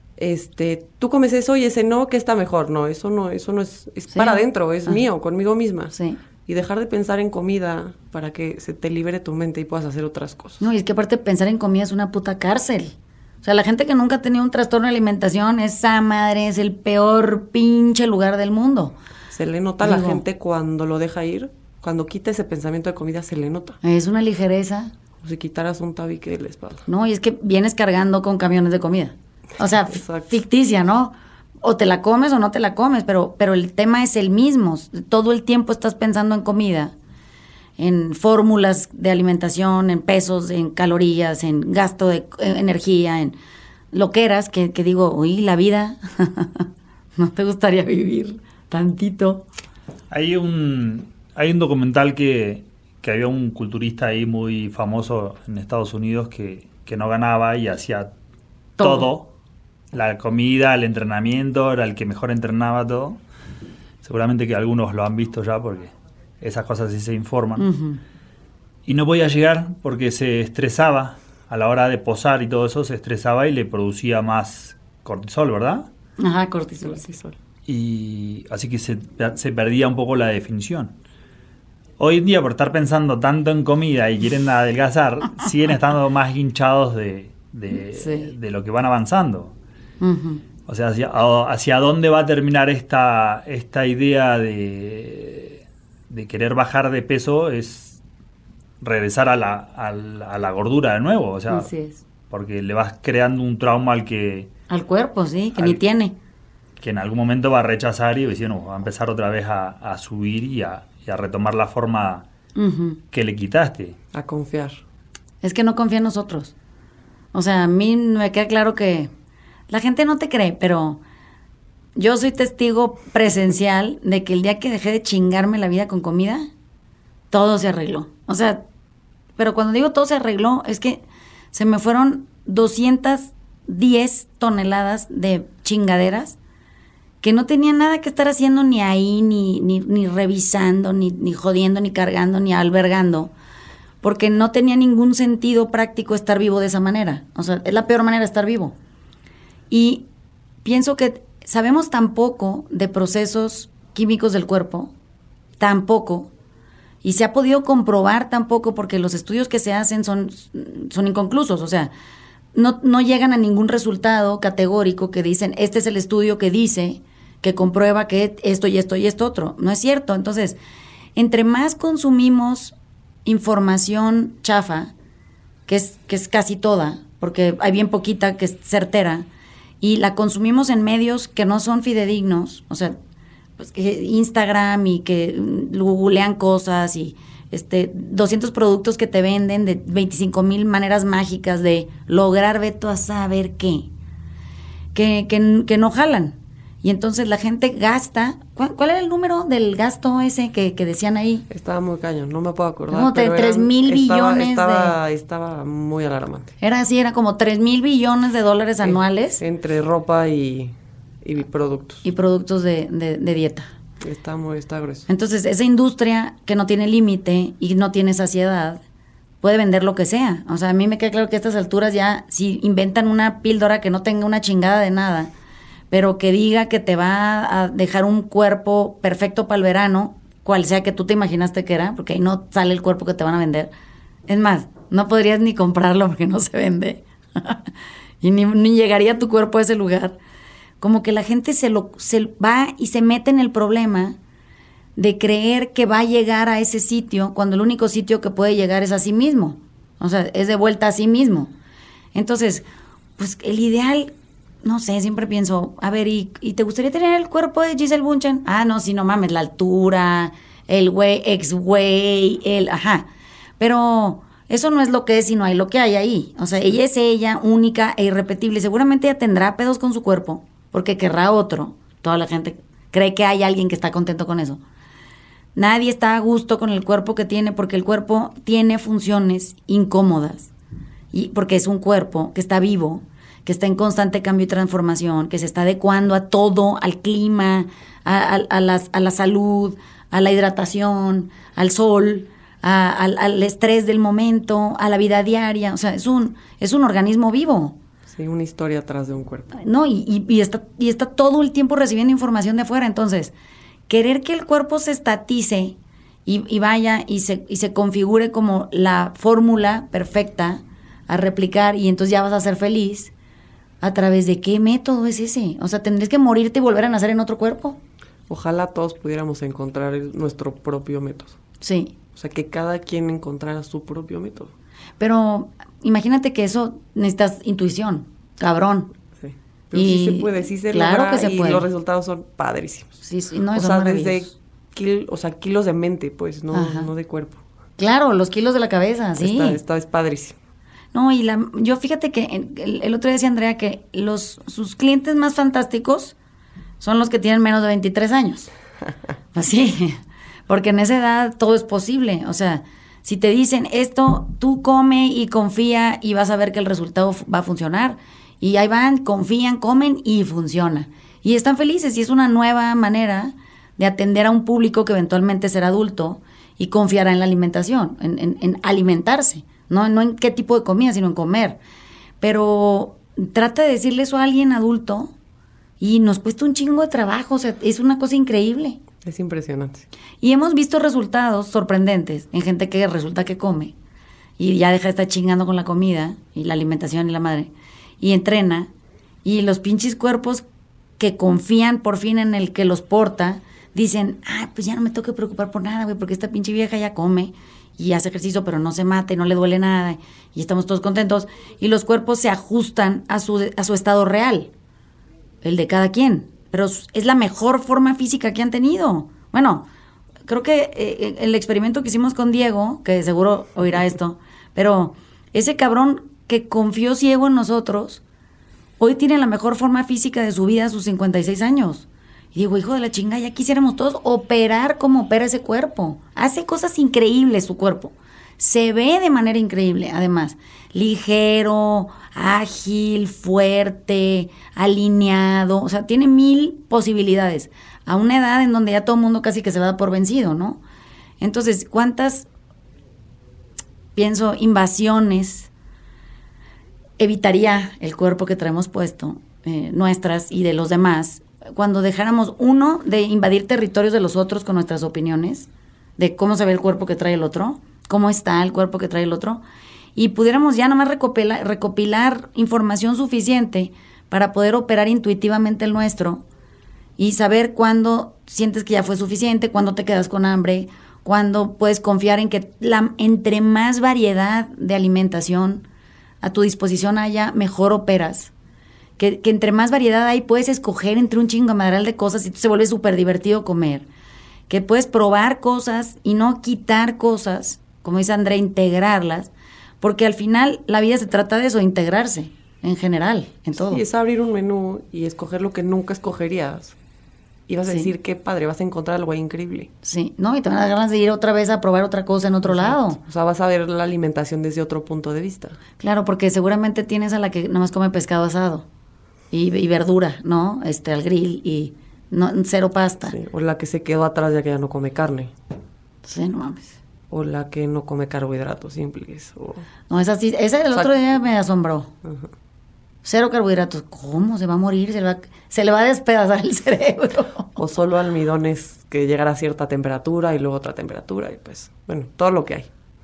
tú comes eso y ese no, ¿qué está mejor? No, eso no es Sí. para adentro, es mío, conmigo misma. Sí. Y dejar de pensar en comida para que se te libere tu mente y puedas hacer otras cosas. No, y es que aparte pensar en comida es una puta cárcel. O sea, la gente que nunca ha tenido un trastorno de alimentación, esa madre es el peor pinche lugar del mundo. Se le nota a la gente cuando lo deja ir, cuando quita ese pensamiento de comida, se le nota. Es una ligereza. Como si quitaras un tabique de la espalda. No, y es que vienes cargando con camiones de comida. O sea, ficticia, ¿no? O te la comes o no te la comes, pero el tema es el mismo. Todo el tiempo estás pensando en comida, en fórmulas de alimentación, en pesos, en calorías, en gasto de energía, en loqueras, que digo, uy, la vida, ¿no te gustaría vivir tantito? Hay un documental que había un culturista ahí muy famoso en Estados Unidos que no ganaba y hacía todo. La comida, el entrenamiento, era el que mejor entrenaba todo. Seguramente que algunos lo han visto ya porque esas cosas sí se informan. Uh-huh. Y no podía llegar porque se estresaba a la hora de posar y todo eso, se estresaba y le producía más cortisol, ¿verdad? Ajá, cortisol. Y así que se perdía un poco la definición. Hoy en día, por estar pensando tanto en comida y quieren adelgazar, siguen estando más hinchados de lo que van avanzando. Uh-huh. O sea, hacia dónde va a terminar esta idea de querer bajar de peso es regresar a la gordura de nuevo. O sea, así es. Porque le vas creando un trauma al cuerpo, sí, que ni tiene. Que en algún momento va a rechazar y va a empezar otra vez a subir y a retomar la forma Uh-huh. que le quitaste. A confiar. Es que no confía en nosotros. O sea, a mí me queda claro que la gente no te cree, pero yo soy testigo presencial de que el día que dejé de chingarme la vida con comida, todo se arregló. O sea, pero cuando digo todo se arregló, es que se me fueron 210 toneladas de chingaderas que no tenía nada que estar haciendo ni ahí, ni revisando, ni jodiendo, ni cargando, ni albergando, porque no tenía ningún sentido práctico estar vivo de esa manera. O sea, es la peor manera de estar vivo. Y pienso que sabemos tan poco de procesos químicos del cuerpo, tan poco, y se ha podido comprobar tan poco porque los estudios que se hacen son inconclusos. O sea, no llegan a ningún resultado categórico que dicen, este es el estudio que dice, que comprueba que esto y esto y esto otro. No es cierto. Entonces, entre más consumimos información chafa, que es casi toda, porque hay bien poquita que es certera, y la consumimos en medios que no son fidedignos, o sea, pues que Instagram y que googlean cosas y 200 productos que te venden de 25,000 maneras mágicas de lograr veto a saber qué, que no jalan. Y entonces la gente gasta. ¿Cuál era el número del gasto ese que decían ahí? Estaba muy cañón, no me puedo acordar. Como de 3,000 billones Estaba muy alarmante. Era así, era como 3,000 billones de dólares anuales. Entre ropa y productos. Y productos de dieta. Está grueso. Entonces, esa industria que no tiene límite y no tiene saciedad, puede vender lo que sea. O sea, a mí me queda claro que a estas alturas ya, si inventan una píldora que no tenga una chingada de nada, pero que diga que te va a dejar un cuerpo perfecto para el verano, cual sea que tú te imaginaste que era, porque ahí no sale el cuerpo que te van a vender. Es más, no podrías ni comprarlo porque no se vende. y ni llegaría tu cuerpo a ese lugar. Como que la gente se va y se mete en el problema de creer que va a llegar a ese sitio cuando el único sitio que puede llegar es a sí mismo. O sea, es de vuelta a sí mismo. Entonces, pues el ideal, no sé, siempre pienso, a ver, ¿y te gustaría tener el cuerpo de Gisele Bündchen? Ah, no, sí, no mames, la altura, el güey, ex-güey, ajá. Pero eso no es lo que es, sino hay lo que hay ahí. O sea, ella es ella, única e irrepetible. Seguramente ella tendrá pedos con su cuerpo, porque querrá otro. Toda la gente cree que hay alguien que está contento con eso. Nadie está a gusto con el cuerpo que tiene, porque el cuerpo tiene funciones incómodas. Y porque es un cuerpo que está vivo, que está en constante cambio y transformación, que se está adecuando a todo, al clima, a la salud, a la hidratación, al sol, al estrés del momento, a la vida diaria. O sea, es un organismo vivo. Sí, una historia atrás de un cuerpo. No, y está todo el tiempo recibiendo información de afuera. Entonces, querer que el cuerpo se estatice y vaya y se configure como la fórmula perfecta a replicar, y entonces ya vas a ser feliz, ¿a través de qué método es ese? O sea, ¿tendrías que morirte y volver a nacer en otro cuerpo? Ojalá todos pudiéramos encontrar nuestro propio método. Sí. O sea, que cada quien encontrara su propio método. Pero imagínate que eso necesitas intuición, cabrón. Sí. Pero sí se puede, sí se claro logra, que se y puede. los resultados son padrísimos. Sí, no, o son sea, maravillosos. desde kilos de mente, pues, no de cuerpo. Claro, los kilos de la cabeza, sí. Esta es padrísimo. No, y yo fíjate que el otro día decía Andrea que sus clientes más fantásticos son los que tienen menos de 23 años. Pues sí, porque en esa edad todo es posible. O sea, si te dicen esto, tú come y confía y vas a ver que el resultado va a funcionar. Y ahí van, confían, comen y funciona. Y están felices, y es una nueva manera de atender a un público que eventualmente será adulto y confiará en la alimentación, en alimentarse. No en qué tipo de comida, sino en comer. Pero trata de decirle eso a alguien adulto y nos cuesta un chingo de trabajo. O sea, es una cosa increíble. Es impresionante. Y hemos visto resultados sorprendentes en gente que resulta que come y ya deja de estar chingando con la comida y la alimentación y la madre, y entrena, y los pinches cuerpos que confían por fin en el que los porta, dicen, pues ya no me tengo que preocupar por nada, güey, porque esta pinche vieja ya come y hace ejercicio, pero no se mata y no le duele nada, y estamos todos contentos, y los cuerpos se ajustan a su estado real, el de cada quien, pero es la mejor forma física que han tenido. Bueno, creo que el experimento que hicimos con Diego, que seguro oirá esto, pero ese cabrón que confió ciego en nosotros, hoy tiene la mejor forma física de su vida a sus 56 años. Y digo, hijo de la chinga, ya quisiéramos todos operar como opera ese cuerpo. Hace cosas increíbles su cuerpo. Se ve de manera increíble, además. Ligero, ágil, fuerte, alineado. O sea, tiene 1000 posibilidades. A una edad en donde ya todo el mundo casi que se va a dar por vencido, ¿no? Entonces, ¿cuántas, pienso, invasiones evitaría el cuerpo que traemos puesto, nuestras y de los demás, cuando dejáramos, uno, de invadir territorios de los otros con nuestras opiniones, de cómo se ve el cuerpo que trae el otro, cómo está el cuerpo que trae el otro, y pudiéramos ya nomás recopilar información suficiente para poder operar intuitivamente el nuestro y saber cuándo sientes que ya fue suficiente, cuándo te quedas con hambre, cuándo puedes confiar en que entre más variedad de alimentación a tu disposición haya, mejor operas. Que entre más variedad hay, puedes escoger entre un chingamadral de cosas y se vuelve súper divertido comer. Que puedes probar cosas y no quitar cosas, como dice Andrea, integrarlas, porque al final la vida se trata de eso, integrarse, en general, en todo. Sí, es abrir un menú y escoger lo que nunca escogerías. Y vas a decir, qué padre, vas a encontrar algo increíble. Sí, no, y te van a dar ganas de ir otra vez a probar otra cosa en otro lado. O sea, vas a ver la alimentación desde otro punto de vista. Claro, porque seguramente tienes a la que nomás come pescado asado y verdura, ¿no? Al grill y no, cero pasta. Sí, o la que se quedó atrás ya que ya no come carne. Sí, no mames. O la que no come carbohidratos simples. No, esa sí, esa el otro día me asombró. Ajá. Cero carbohidratos. ¿Cómo? Se va a morir, se le va a despedazar el cerebro. O solo almidones que llegan a cierta temperatura y luego otra temperatura y pues, bueno, todo lo que hay.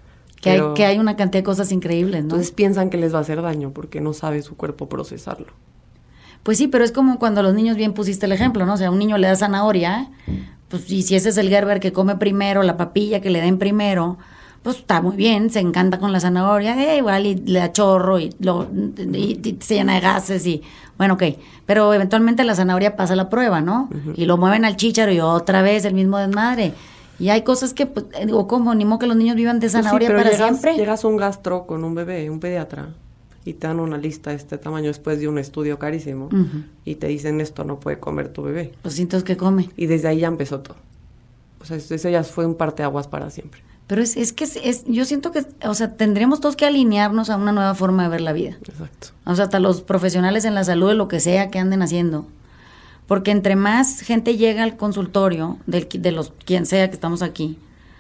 Que hay una cantidad de cosas increíbles, ¿no? Entonces piensan que les va a hacer daño porque no sabe su cuerpo procesarlo. Pues sí, pero es como cuando a los niños, bien pusiste el ejemplo, ¿no? O sea, a un niño le da zanahoria, pues y si ese es el Gerber que come primero, la papilla que le den primero, pues está muy bien, se encanta con la zanahoria, igual y le da chorro y se llena de gases y bueno, ok, pero eventualmente la zanahoria pasa la prueba, ¿no? Y lo mueven al chícharo y otra vez el mismo desmadre. Y hay cosas que, pues, digo, ¿cómo? Ni modo que los niños vivan de zanahoria pero para siempre. Llegas a un gastro con un bebé, un pediatra, y te dan una lista de este tamaño después de un estudio carísimo, y te dicen, esto no puede comer tu bebé. Pues entonces, ¿qué come? Y desde ahí ya empezó todo. O sea, eso ya fue un parteaguas para siempre. Pero es que yo siento que, o sea, tendríamos todos que alinearnos a una nueva forma de ver la vida. Exacto. O sea, hasta los profesionales en la salud, de lo que sea que anden haciendo. Porque entre más gente llega al consultorio, de los quien sea que estamos aquí,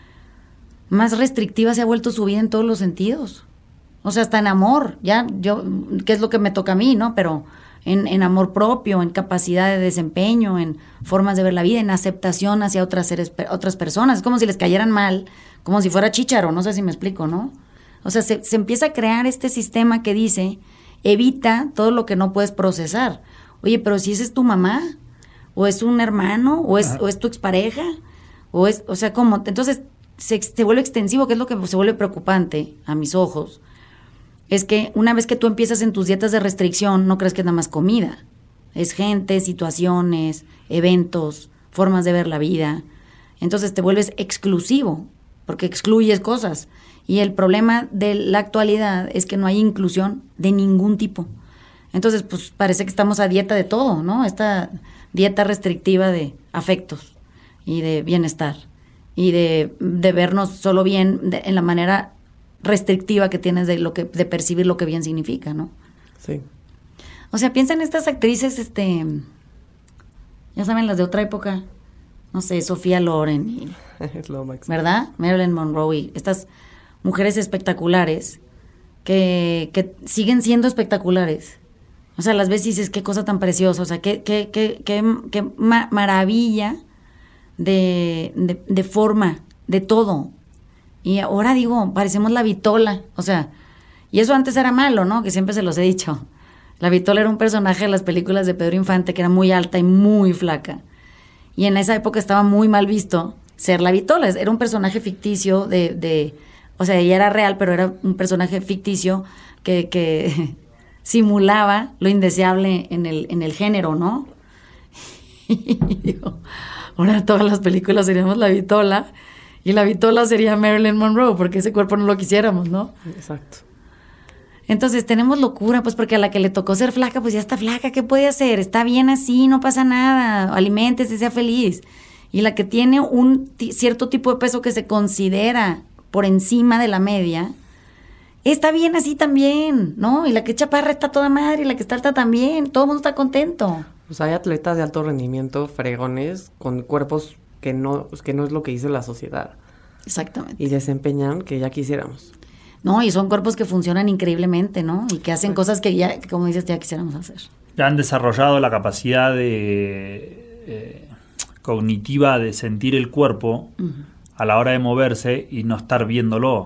más restrictiva se ha vuelto su vida en todos los sentidos. O sea, hasta en amor, ya, que es lo que me toca a mí, ¿no? Pero en amor propio, en capacidad de desempeño, en formas de ver la vida, en aceptación hacia otras personas. Es como si les cayeran mal, como si fuera chícharo, no sé si me explico, ¿no? O sea, se empieza a crear este sistema que dice, evita todo lo que no puedes procesar. Oye, pero si esa es tu mamá, o es un hermano, o es tu expareja, o sea, ¿cómo? Entonces, se vuelve extensivo, que es lo que se vuelve preocupante a mis ojos. Es que una vez que tú empiezas en tus dietas de restricción, no crees que es nada más comida. Es gente, situaciones, eventos, formas de ver la vida. Entonces te vuelves exclusivo, porque excluyes cosas. Y el problema de la actualidad es que no hay inclusión de ningún tipo. Entonces, pues parece que estamos a dieta de todo, ¿no? Esta dieta restrictiva de afectos y de bienestar. Y de vernos solo bien en la manera restrictiva que tienes de percibir lo que bien significa, ¿no? Sí. O sea, piensa en estas actrices, ya saben, las de otra época, no sé, Sofía Loren, Es lo máximo. ¿verdad? Marilyn Monroe y estas mujeres espectaculares que siguen siendo espectaculares. O sea, las ves y dices, qué cosa tan preciosa, o sea, qué maravilla de forma, de todo. Y ahora digo, parecemos la Vitola, o sea, y eso antes era malo, ¿no? Que siempre se los he dicho. La Vitola era un personaje de las películas de Pedro Infante que era muy alta y muy flaca. Y en esa época estaba muy mal visto ser la Vitola. Era un personaje ficticio o sea, ella era real, pero era un personaje ficticio que simulaba lo indeseable en el género, ¿no? Y digo, ahora todas las películas seríamos la Vitola. Y la Vitola sería Marilyn Monroe, porque ese cuerpo no lo quisiéramos, ¿no? Exacto. Entonces tenemos locura, pues porque a la que le tocó ser flaca, pues ya está flaca, ¿qué puede hacer? Está bien así, no pasa nada, aliméntese, sea feliz. Y la que tiene un cierto tipo de peso que se considera por encima de la media, está bien así también, ¿no? Y la que es chaparra está toda madre, y la que está alta también, todo el mundo está contento. Pues hay atletas de alto rendimiento, fregones, con cuerpos que no es lo que dice la sociedad. Exactamente. Y desempeñan que ya quisiéramos. No, y son cuerpos que funcionan increíblemente, ¿no? Y que hacen cosas que ya, como dices, ya quisiéramos hacer. Ya han desarrollado la capacidad cognitiva de sentir el cuerpo a la hora de moverse y no estar viéndolo.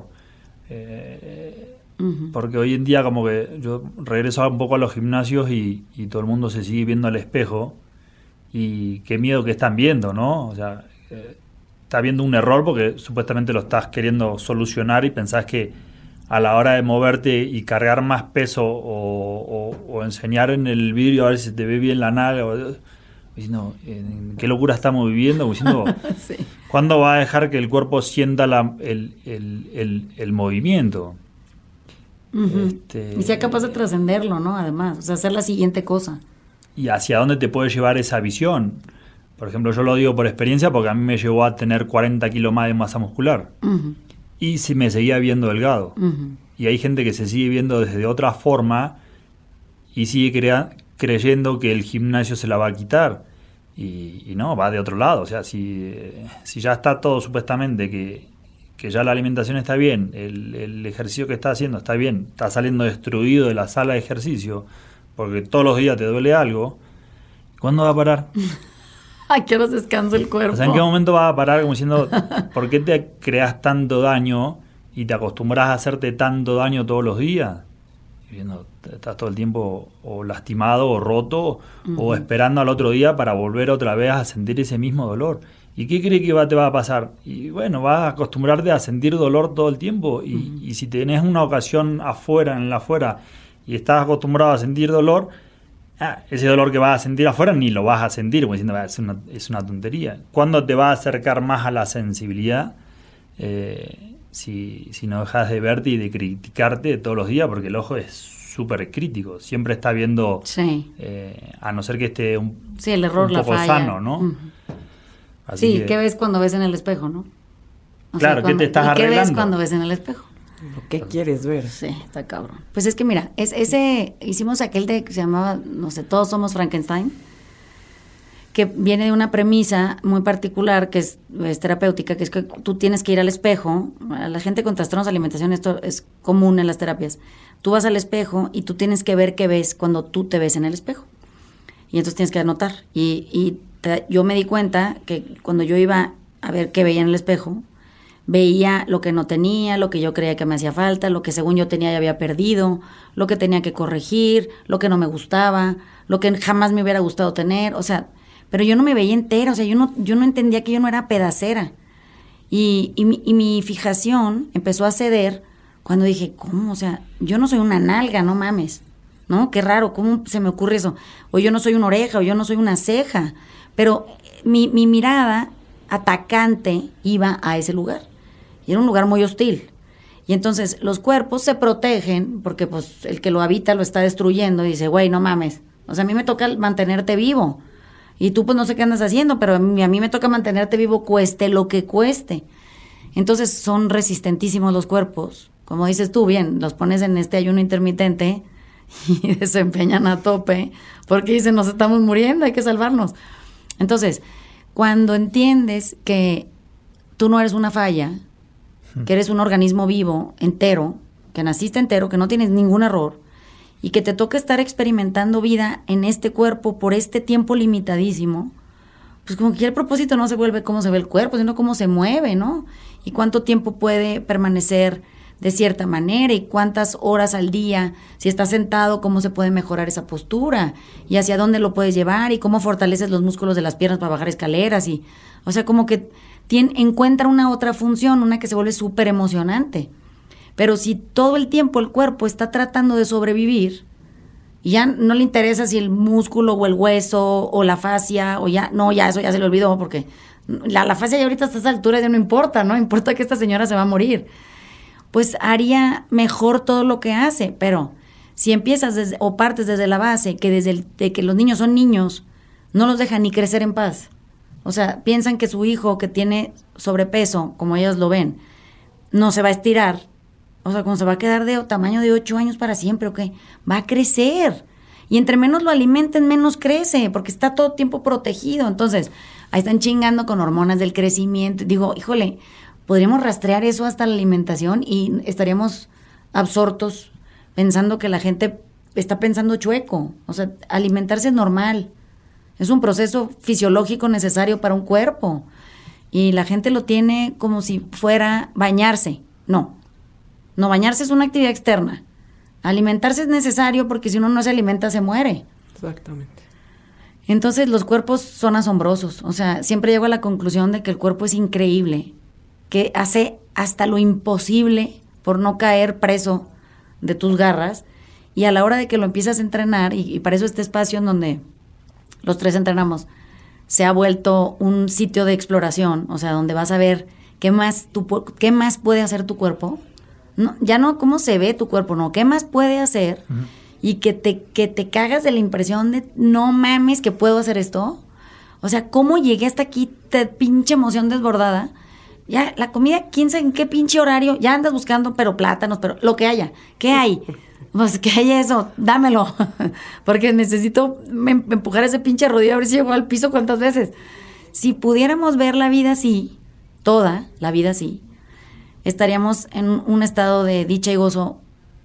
Porque hoy en día como que yo regreso un poco a los gimnasios y todo el mundo se sigue viendo al espejo y qué miedo que están viendo, ¿no? O sea, estás viendo un error porque supuestamente lo estás queriendo solucionar y pensás que a la hora de moverte y cargar más peso o enseñar en el vidrio a ver si se te ve bien la nalga, diciendo, ¿qué locura estamos viviendo? Diciendo, Sí. ¿cuándo va a dejar que el cuerpo sienta el movimiento? Y sea capaz de trascenderlo, ¿no? Además, o sea, hacer la siguiente cosa. ¿Y hacia dónde te puede llevar esa visión? Por ejemplo, yo lo digo por experiencia porque a mí me llevó a tener 40 kilos más de masa muscular. Y si me seguía viendo delgado. Y hay gente que se sigue viendo desde otra forma y sigue creyendo que el gimnasio se la va a quitar. Y no, va de otro lado. O sea, si ya está todo supuestamente que ya la alimentación está bien, el ejercicio que está haciendo está bien, está saliendo destruido de la sala de ejercicio porque todos los días te duele algo, ¿cuándo va a parar? ¿A qué horas descansa el cuerpo? O sea, ¿en qué momento va a parar como diciendo, ¿por qué te creas tanto daño y te acostumbras a hacerte tanto daño todos los días, estás todo el tiempo o lastimado o roto, o esperando al otro día para volver otra vez a sentir ese mismo dolor. ¿Y qué cree que te va a pasar? Y bueno, vas a acostumbrarte a sentir dolor todo el tiempo, y si tenés una ocasión afuera, y estás acostumbrado a sentir dolor, ese dolor que vas a sentir afuera ni lo vas a sentir, como diciendo, es una tontería. ¿Cuándo te va a acercar más a la sensibilidad? Si no dejas de verte y de criticarte todos los días, porque el ojo es súper crítico, siempre está viendo, a no ser que esté el error, un poco la falla. sano, ¿no? Así ¿qué ves cuando ves en el espejo, no? Claro, ¿qué te estás arreglando? ¿Qué ves cuando ves en el espejo? ¿Qué quieres ver? Sí, está cabrón. Pues es que mira, hicimos aquel que se llamaba, no sé, Todos somos Frankenstein, que viene de una premisa muy particular que es terapéutica, que es que tú tienes que ir al espejo. A la gente con trastornos de alimentación esto es común en las terapias. Tú vas al espejo y tú tienes que ver qué ves cuando tú te ves en el espejo. Y entonces tienes que anotar. Yo me di cuenta que cuando yo iba a ver qué veía en el espejo, veía lo que no tenía, lo que yo creía que me hacía falta, lo que según yo tenía y había perdido, lo que tenía que corregir, lo que no me gustaba, lo que jamás me hubiera gustado tener, o sea, pero yo no me veía entera, o sea, yo no entendía que yo no era pedacera. Y mi fijación empezó a ceder cuando dije, ¿cómo? O sea, yo no soy una nalga, no mames, ¿no? Qué raro, ¿cómo se me ocurre eso? O yo no soy una oreja, o yo no soy una ceja, pero mi mirada atacante iba a ese lugar. Y era un lugar muy hostil. Y entonces los cuerpos se protegen porque pues el que lo habita lo está destruyendo y dice, güey, no mames. O sea, a mí me toca mantenerte vivo. Y tú pues no sé qué andas haciendo, pero a mí me toca mantenerte vivo cueste lo que cueste. Entonces son resistentísimos los cuerpos. Como dices tú, bien, los pones en este ayuno intermitente y desempeñan a tope porque dicen, nos estamos muriendo, hay que salvarnos. Entonces, cuando entiendes que tú no eres una falla, que eres un organismo vivo, entero, que naciste entero, que no tienes ningún error, y que te toca estar experimentando vida en este cuerpo por este tiempo limitadísimo, pues como que ya el propósito no se vuelve cómo se ve el cuerpo, sino cómo se mueve, ¿no? Y cuánto tiempo puede permanecer de cierta manera y cuántas horas al día, si estás sentado, cómo se puede mejorar esa postura y hacia dónde lo puedes llevar y cómo fortaleces los músculos de las piernas para bajar escaleras y, o sea, como que encuentra una otra función, una que se vuelve súper emocionante. Pero si todo el tiempo el cuerpo está tratando de sobrevivir y ya no le interesa si el músculo o el hueso o la fascia o ya, no, ya eso ya se le olvidó porque la fascia ya ahorita a estas alturas ya no importa, ¿no? Importa que esta señora se va a morir. Pues haría mejor todo lo que hace, pero si empiezas o partes desde la base, que de que los niños son niños, no los dejan ni crecer en paz. O sea, piensan que su hijo que tiene sobrepeso, como ellos lo ven, no se va a estirar. O sea, como se va a quedar de tamaño de 8 años para siempre, ¿o qué? Va a crecer. Y entre menos lo alimenten, menos crece, porque está todo el tiempo protegido. Entonces, ahí están chingando con hormonas del crecimiento. Digo, híjole, podríamos rastrear eso hasta la alimentación y estaríamos absortos pensando que la gente está pensando chueco. O sea, alimentarse es normal. Es un proceso fisiológico necesario para un cuerpo. Y la gente lo tiene como si fuera bañarse. No, bañarse es una actividad externa. Alimentarse es necesario porque si uno no se alimenta se muere. Exactamente. Entonces los cuerpos son asombrosos. O sea, siempre llego a la conclusión de que el cuerpo es increíble, que hace hasta lo imposible por no caer preso de tus garras. Y a la hora de que lo empiezas a entrenar, y para eso este espacio en donde los tres entrenamos, se ha vuelto un sitio de exploración, o sea, donde vas a ver qué más puede hacer tu cuerpo. No, ya no cómo se ve tu cuerpo, no, qué más puede hacer. Uh-huh. Y que te cagas de la impresión de, no mames, que puedo hacer esto. O sea, cómo llegué hasta aquí, pinche emoción desbordada. Ya, la comida, quién sabe en qué pinche horario, ya andas buscando, pero plátanos, pero lo que haya. ¿Qué hay? Pues que haya eso, dámelo. Porque necesito empujar ese pinche rodillo a ver si llego al piso cuántas veces. Si pudiéramos ver la vida así, toda la vida así, estaríamos en un estado de dicha y gozo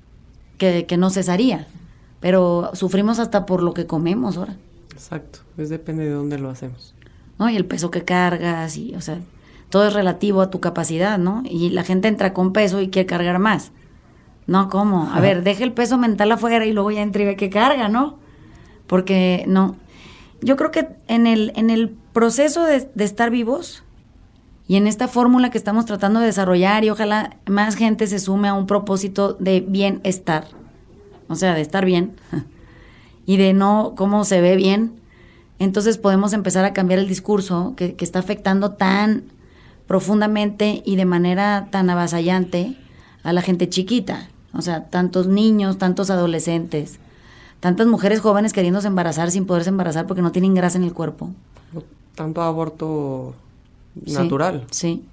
que no cesaría. Pero sufrimos hasta por lo que comemos ahora. Exacto, pues depende de dónde lo hacemos. ¿No? Y el peso que cargas, y, o sea, todo es relativo a tu capacidad, ¿no? Y la gente entra con peso y quiere cargar más. No, ¿cómo? A ver, deje el peso mental afuera y luego ya entra y ve que carga, ¿no? Porque no. Yo creo que en el proceso de estar vivos y en esta fórmula que estamos tratando de desarrollar, y ojalá más gente se sume a un propósito de bienestar, o sea, de estar bien y de no cómo se ve bien, entonces podemos empezar a cambiar el discurso que está afectando tan profundamente y de manera tan avasallante a la gente chiquita. O sea, tantos niños, tantos adolescentes, tantas mujeres jóvenes queriéndose embarazar sin poderse embarazar porque no tienen grasa en el cuerpo. Tanto aborto natural. Sí.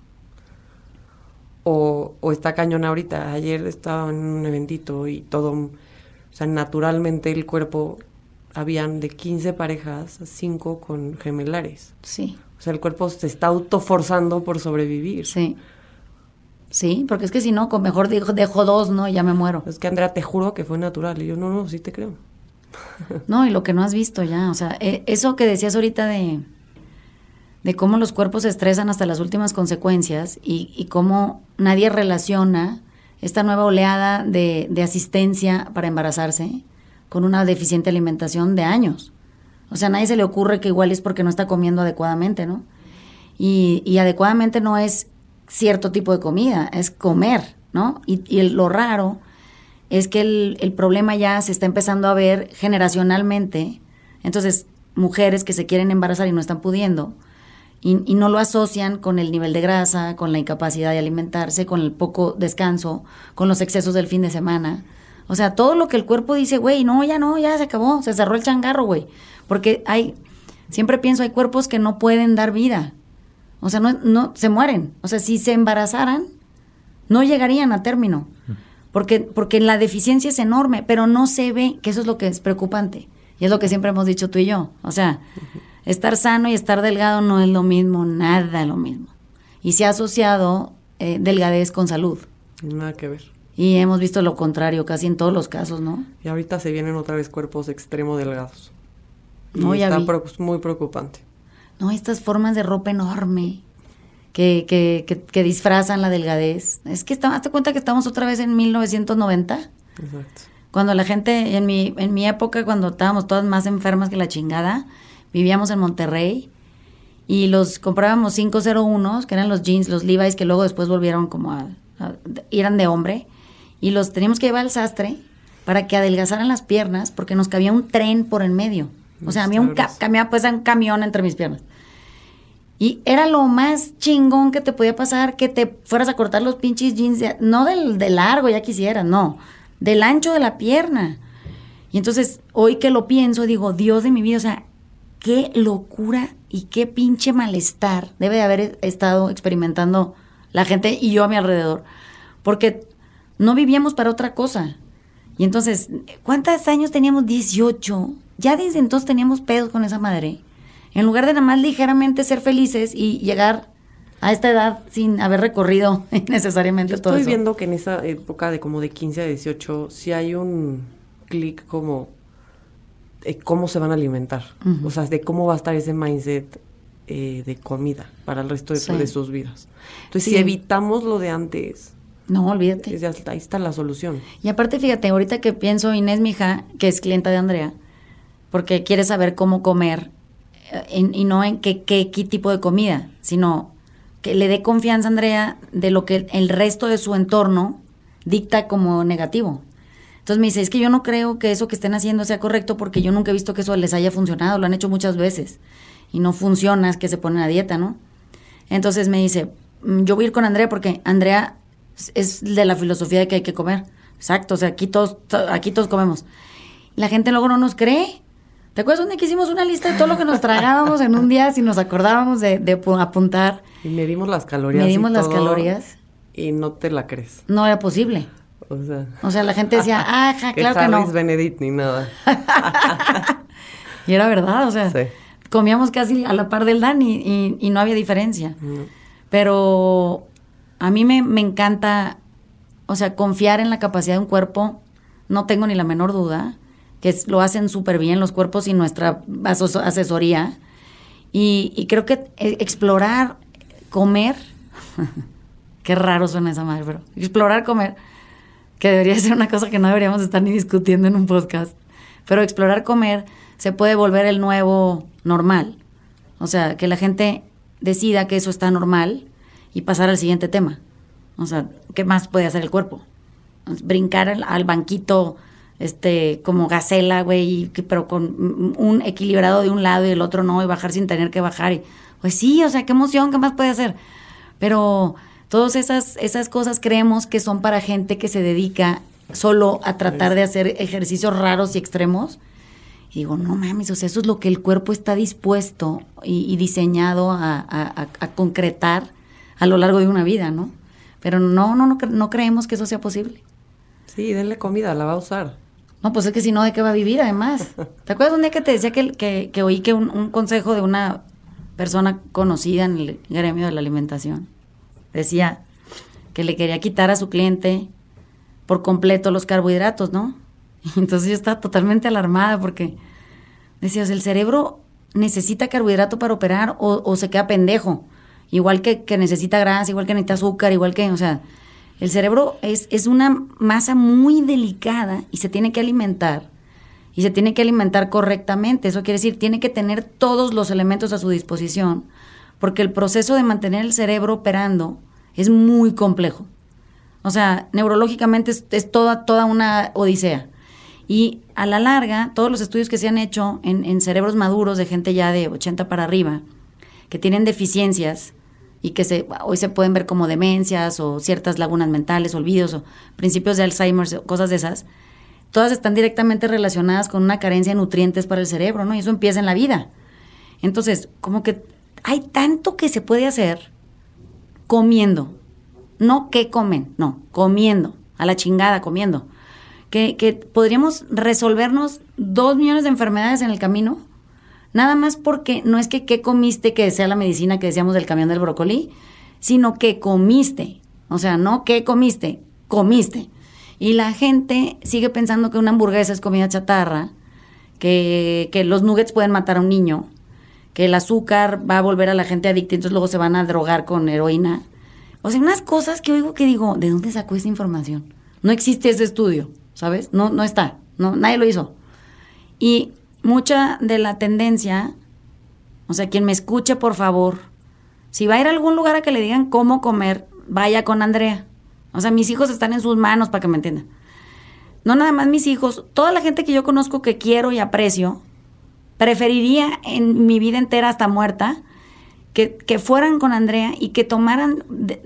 O está cañón ahorita. Ayer estaba en un eventito y todo, o sea, naturalmente el cuerpo, habían de 15 parejas, 5 con gemelares. Sí. O sea, el cuerpo se está autoforzando por sobrevivir. Sí. Sí, porque es que si no, mejor dejo 2, ¿no? Y ya me muero. Es que, Andrea, te juro que fue natural. Y yo, no, sí te creo. No, y lo que no has visto ya, o sea, eso que decías ahorita de cómo los cuerpos se estresan hasta las últimas consecuencias y cómo nadie relaciona esta nueva oleada de asistencia para embarazarse con una deficiente alimentación de años. O sea, a nadie se le ocurre que igual es porque no está comiendo adecuadamente, ¿no? Y adecuadamente no es cierto tipo de comida, es comer, ¿no? Y lo raro es que el problema ya se está empezando a ver generacionalmente. Entonces, mujeres que se quieren embarazar y no están pudiendo, y no lo asocian con el nivel de grasa, con la incapacidad de alimentarse, con el poco descanso, con los excesos del fin de semana. O sea, todo lo que el cuerpo dice, güey, no, ya se acabó, se cerró el changarro, güey. Porque siempre pienso, hay cuerpos que no pueden dar vida. O sea, no se mueren. O sea, si se embarazaran, no llegarían a término. Porque la deficiencia es enorme, pero no se ve, que eso es lo que es preocupante. Y es lo que siempre hemos dicho tú y yo. O sea, estar sano y estar delgado no es lo mismo, nada lo mismo. Y se ha asociado delgadez con salud. Nada que ver. Y hemos visto lo contrario casi en todos los casos, ¿no? Y ahorita se vienen otra vez cuerpos extremo delgados. Y no, está muy preocupante. No, estas formas de ropa enorme que disfrazan la delgadez. Es que hazte cuenta que estamos otra vez en 1990. Exacto. Cuando la gente, en mi época, cuando estábamos todas más enfermas que la chingada, vivíamos en Monterrey y comprábamos 501, que eran los jeans, los Levi's, que luego después volvieron como eran de hombre, y los teníamos que llevar al sastre para que adelgazaran las piernas, porque nos cabía un tren por en medio. O sea, había un camión entre mis piernas. Y era lo más chingón que te podía pasar, que te fueras a cortar los pinches jeans, no de largo, ya quisieras, no, del ancho de la pierna. Y entonces, hoy que lo pienso, digo, Dios de mi vida, o sea, qué locura y qué pinche malestar debe de haber estado experimentando la gente y yo a mi alrededor. Porque no vivíamos para otra cosa. Y entonces, ¿cuántos años teníamos? 18. Ya desde entonces teníamos pedos con esa madre. En lugar de nada más ligeramente ser felices y llegar a esta edad sin haber recorrido necesariamente todo eso. Estoy viendo que en esa época de como de 15 a 18 sí hay un clic como cómo se van a alimentar. Uh-huh. O sea, de cómo va a estar ese mindset de comida para el resto de sus vidas. Entonces, si evitamos lo de antes... No, olvídate. Ahí está la solución. Y aparte, fíjate, ahorita que pienso, Inés, mi hija, que es clienta de Andrea, porque quiere saber cómo comer, y no en qué tipo de comida, sino que le dé confianza a Andrea de lo que el resto de su entorno dicta como negativo. Entonces me dice, es que yo no creo que eso que estén haciendo sea correcto porque yo nunca he visto que eso les haya funcionado, lo han hecho muchas veces y no funciona, es que se ponen a dieta, ¿no? Entonces me dice, yo voy a ir con Andrea porque Andrea es de la filosofía de que hay que comer. Exacto, o sea, aquí todos comemos. La gente luego no nos cree. ¿Te acuerdas donde hicimos una lista de todo lo que nos tragábamos en un día si nos acordábamos de apuntar? Y medimos las calorías. Calorías. Y no te la crees. No era posible. O sea, la gente decía, claro que no. Harris Benedict ni nada. Y era verdad, o sea, comíamos casi a la par del Dan y no había diferencia. Pero a mí me encanta, o sea, confiar en la capacidad de un cuerpo, no tengo ni la menor duda, que lo hacen súper bien los cuerpos y nuestra asesoría. Y creo que explorar, comer Qué raro suena esa madre, pero explorar comer, que debería ser una cosa que no deberíamos estar ni discutiendo en un podcast, pero explorar comer se puede volver el nuevo normal. O sea, que la gente decida que eso está normal y pasar al siguiente tema. O sea, ¿qué más puede hacer el cuerpo? Brincar al banquito, como gacela, güey, pero con un equilibrado de un lado y el otro no, y bajar sin tener que bajar. Y, pues sí, o sea, qué emoción, ¿qué más puede hacer? Pero todas esas cosas creemos que son para gente que se dedica solo a tratar de hacer ejercicios raros y extremos. Y digo, no mames, o sea, eso es lo que el cuerpo está dispuesto y diseñado a concretar a lo largo de una vida, ¿no? Pero no creemos que eso sea posible. Sí, denle comida, la va a usar. No, pues es que si no, ¿de qué va a vivir además? ¿Te acuerdas un día que te decía que oí que un consejo de una persona conocida en el gremio de la alimentación decía que le quería quitar a su cliente por completo los carbohidratos, ¿no? Y entonces yo estaba totalmente alarmada porque decía, o sea, el cerebro necesita carbohidrato para operar o se queda pendejo. Igual que necesita grasa, igual que necesita azúcar, igual que, o sea, el cerebro es una masa muy delicada y se tiene que alimentar. Y se tiene que alimentar correctamente. Eso quiere decir, tiene que tener todos los elementos a su disposición, porque el proceso de mantener el cerebro operando es muy complejo. O sea, neurológicamente es toda una odisea. Y a la larga, todos los estudios que se han hecho en cerebros maduros de gente ya de 80 para arriba, que tienen deficiencias y que hoy se pueden ver como demencias o ciertas lagunas mentales, olvidos o principios de Alzheimer, cosas de esas, todas están directamente relacionadas con una carencia de nutrientes para el cerebro, ¿no? Y eso empieza en la vida. Entonces, como que hay tanto que se puede hacer comiendo. No qué comen, no, comiendo, a la chingada, comiendo. Que podríamos resolvernos 2 millones de enfermedades en el camino, nada más porque no es que qué comiste, que sea la medicina que decíamos del camión del brócoli, sino que comiste. O sea, no qué comiste, comiste. Y la gente sigue pensando que una hamburguesa es comida chatarra, que los nuggets pueden matar a un niño, que el azúcar va a volver a la gente adicta, entonces luego se van a drogar con heroína. O sea, unas cosas que oigo que digo, ¿de dónde sacó esa información? No existe ese estudio, ¿sabes? No está, nadie lo hizo. Y mucha de la tendencia, o sea, quien me escuche, por favor, si va a ir a algún lugar a que le digan cómo comer, vaya con Andrea. O sea, mis hijos están en sus manos, para que me entiendan. No nada más mis hijos, toda la gente que yo conozco que quiero y aprecio, preferiría en mi vida entera hasta muerta que fueran con Andrea y que tomaran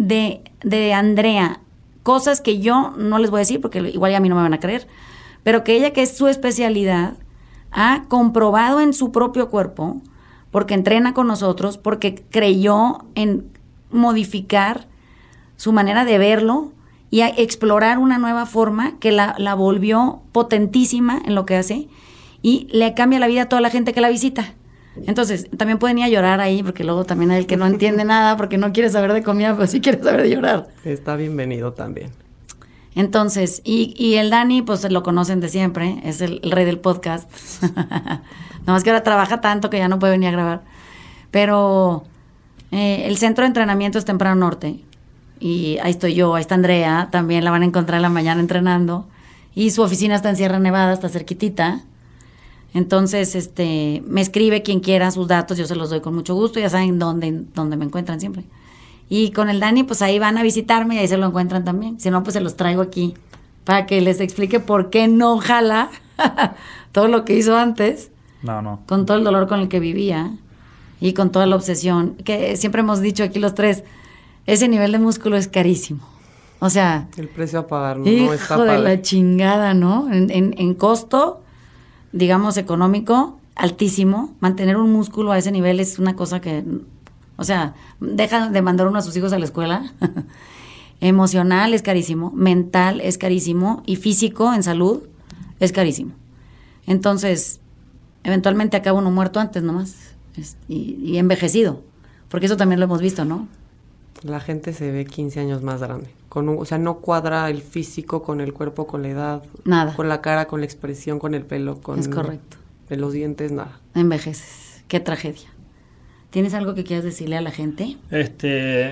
de Andrea cosas que yo no les voy a decir porque igual ya a mí no me van a creer, pero que ella, que es su especialidad, ha comprobado en su propio cuerpo, porque entrena con nosotros, porque creyó en modificar su manera de verlo y a explorar una nueva forma que la volvió potentísima en lo que hace y le cambia la vida a toda la gente que la visita. Entonces, también pueden ir a llorar ahí, porque luego también hay el que no entiende nada, porque no quiere saber de comida, pero sí quiere saber de llorar. Está bienvenido también. Entonces, y el Dani, pues lo conocen de siempre, es el rey del podcast. Nada más que ahora trabaja tanto que ya no puede venir a grabar. Pero el centro de entrenamiento es Temprano Norte. Y ahí estoy yo, ahí está Andrea, también la van a encontrar en la mañana entrenando. Y su oficina está en Sierra Nevada, está cerquitita. Entonces, me escribe quien quiera sus datos, yo se los doy con mucho gusto, ya saben dónde me encuentran siempre. Y con el Dani, pues ahí van a visitarme y ahí se lo encuentran también. Si no, pues se los traigo aquí para que les explique por qué no jala todo lo que hizo antes. No. Con todo el dolor con el que vivía y con toda la obsesión. Que siempre hemos dicho aquí los tres, ese nivel de músculo es carísimo. O sea... El precio a pagar no está padre. padre. De la chingada, ¿no? En costo, digamos, económico, altísimo. Mantener un músculo a ese nivel es una cosa que... O sea, deja de mandar uno a sus hijos a la escuela. Emocional es carísimo, mental es carísimo y físico, en salud, es carísimo. Entonces, eventualmente acaba uno muerto antes nomás y envejecido, porque eso también lo hemos visto, ¿no? La gente se ve 15 años más grande. O sea, no cuadra el físico con el cuerpo, con la edad. Nada. Con la cara, con la expresión, con el pelo, con... Es correcto. De los dientes, nada. Envejeces. Qué tragedia. ¿Tienes algo que quieras decirle a la gente?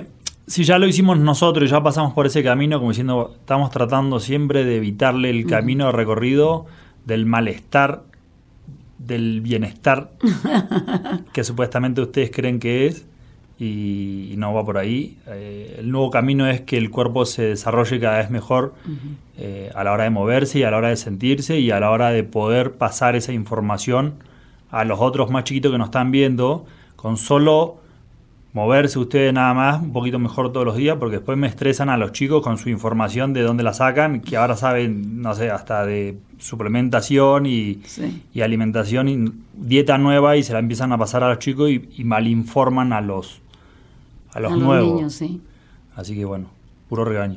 si ya lo hicimos nosotros y ya pasamos por ese camino, como diciendo, estamos tratando siempre de evitarle el camino de recorrido del malestar, del bienestar que supuestamente ustedes creen que es, y no va por ahí. El nuevo camino es que el cuerpo se desarrolle cada vez mejor a la hora de moverse y a la hora de sentirse y a la hora de poder pasar esa información a los otros más chiquitos que nos están viendo, con solo moverse ustedes nada más un poquito mejor todos los días, porque después me estresan a los chicos con su información de dónde la sacan, que ahora saben, no sé, hasta de suplementación y alimentación y dieta nueva, y se la empiezan a pasar a los chicos y malinforman a los nuevos. Los niños, sí. Así que bueno, puro regaño.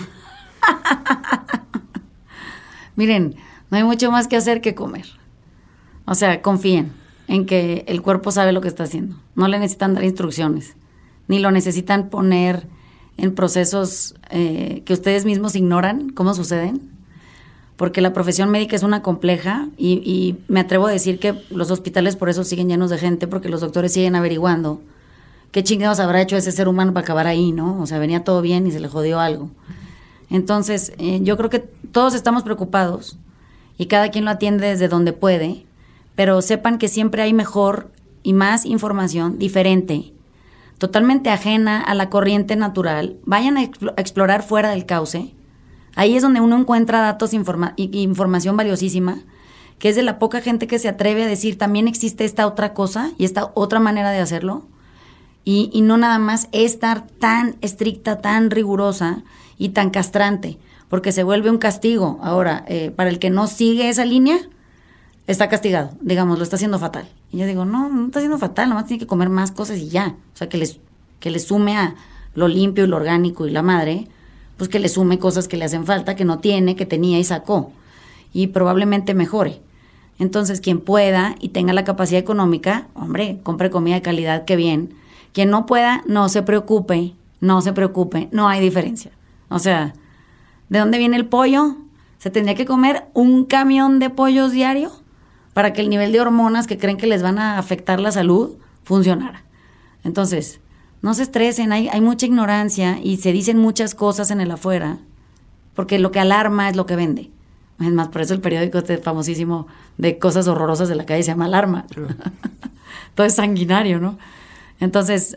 Miren, no hay mucho más que hacer que comer. O sea, confíen en que el cuerpo sabe lo que está haciendo. No le necesitan dar instrucciones, ni lo necesitan poner en procesos que ustedes mismos ignoran cómo suceden, porque la profesión médica es una compleja y me atrevo a decir que los hospitales por eso siguen llenos de gente, porque los doctores siguen averiguando qué chingados habrá hecho ese ser humano para acabar ahí, ¿no? O sea, venía todo bien y se le jodió algo. Entonces, yo creo que todos estamos preocupados y cada quien lo atiende desde donde puede, pero sepan que siempre hay mejor y más información diferente, totalmente ajena a la corriente natural. Vayan a explorar fuera del cauce. Ahí es donde uno encuentra datos y información valiosísima, que es de la poca gente que se atreve a decir también existe esta otra cosa y esta otra manera de hacerlo. Y no nada más estar tan estricta, tan rigurosa y tan castrante, porque se vuelve un castigo. Ahora, para el que no sigue esa línea, está castigado, digamos, lo está haciendo fatal. Y yo digo, no está haciendo fatal, nomás tiene que comer más cosas y ya. O sea, que le sume a lo limpio y lo orgánico y la madre, pues que le sume cosas que le hacen falta, que no tiene, que tenía y sacó. Y probablemente mejore. Entonces, quien pueda y tenga la capacidad económica, hombre, compre comida de calidad, qué bien. Quien no pueda, no se preocupe, no hay diferencia. O sea, ¿de dónde viene el pollo? ¿Se tendría que comer un camión de pollos diario para que el nivel de hormonas que creen que les van a afectar la salud funcionara? Entonces, no se estresen, hay mucha ignorancia y se dicen muchas cosas en el afuera, porque lo que alarma es lo que vende. Es más, por eso el periódico este famosísimo de cosas horrorosas de la calle se llama Alarma. Todo es sanguinario, ¿no? Entonces,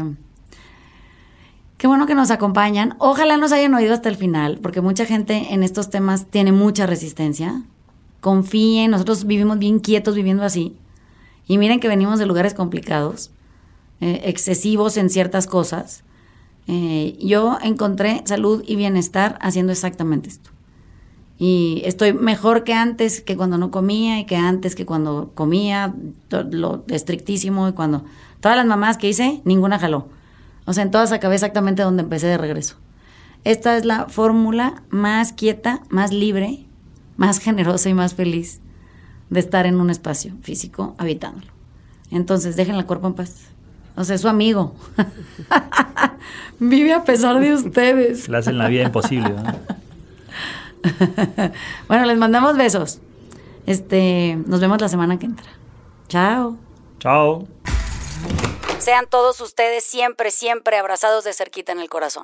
qué bueno que nos acompañan. Ojalá nos hayan oído hasta el final, porque mucha gente en estos temas tiene mucha resistencia. Confíen, nosotros vivimos bien quietos viviendo así. Y miren que venimos de lugares complicados, excesivos en ciertas cosas. Yo encontré salud y bienestar haciendo exactamente esto. Y estoy mejor que antes, que cuando no comía, y que antes que cuando comía, lo estrictísimo, y cuando... Todas las mamás que hice, ninguna jaló. O sea, en todas acabé exactamente donde empecé de regreso. Esta es la fórmula más quieta, más libre, más generosa y más feliz de estar en un espacio físico habitándolo. Entonces, dejen el cuerpo en paz. O sea, es su amigo. Vive a pesar de ustedes. Le hacen la vida imposible, ¿no? Bueno, les mandamos besos. Nos vemos la semana que entra. Chao. Chao. Sean todos ustedes siempre, siempre abrazados de cerquita en el corazón.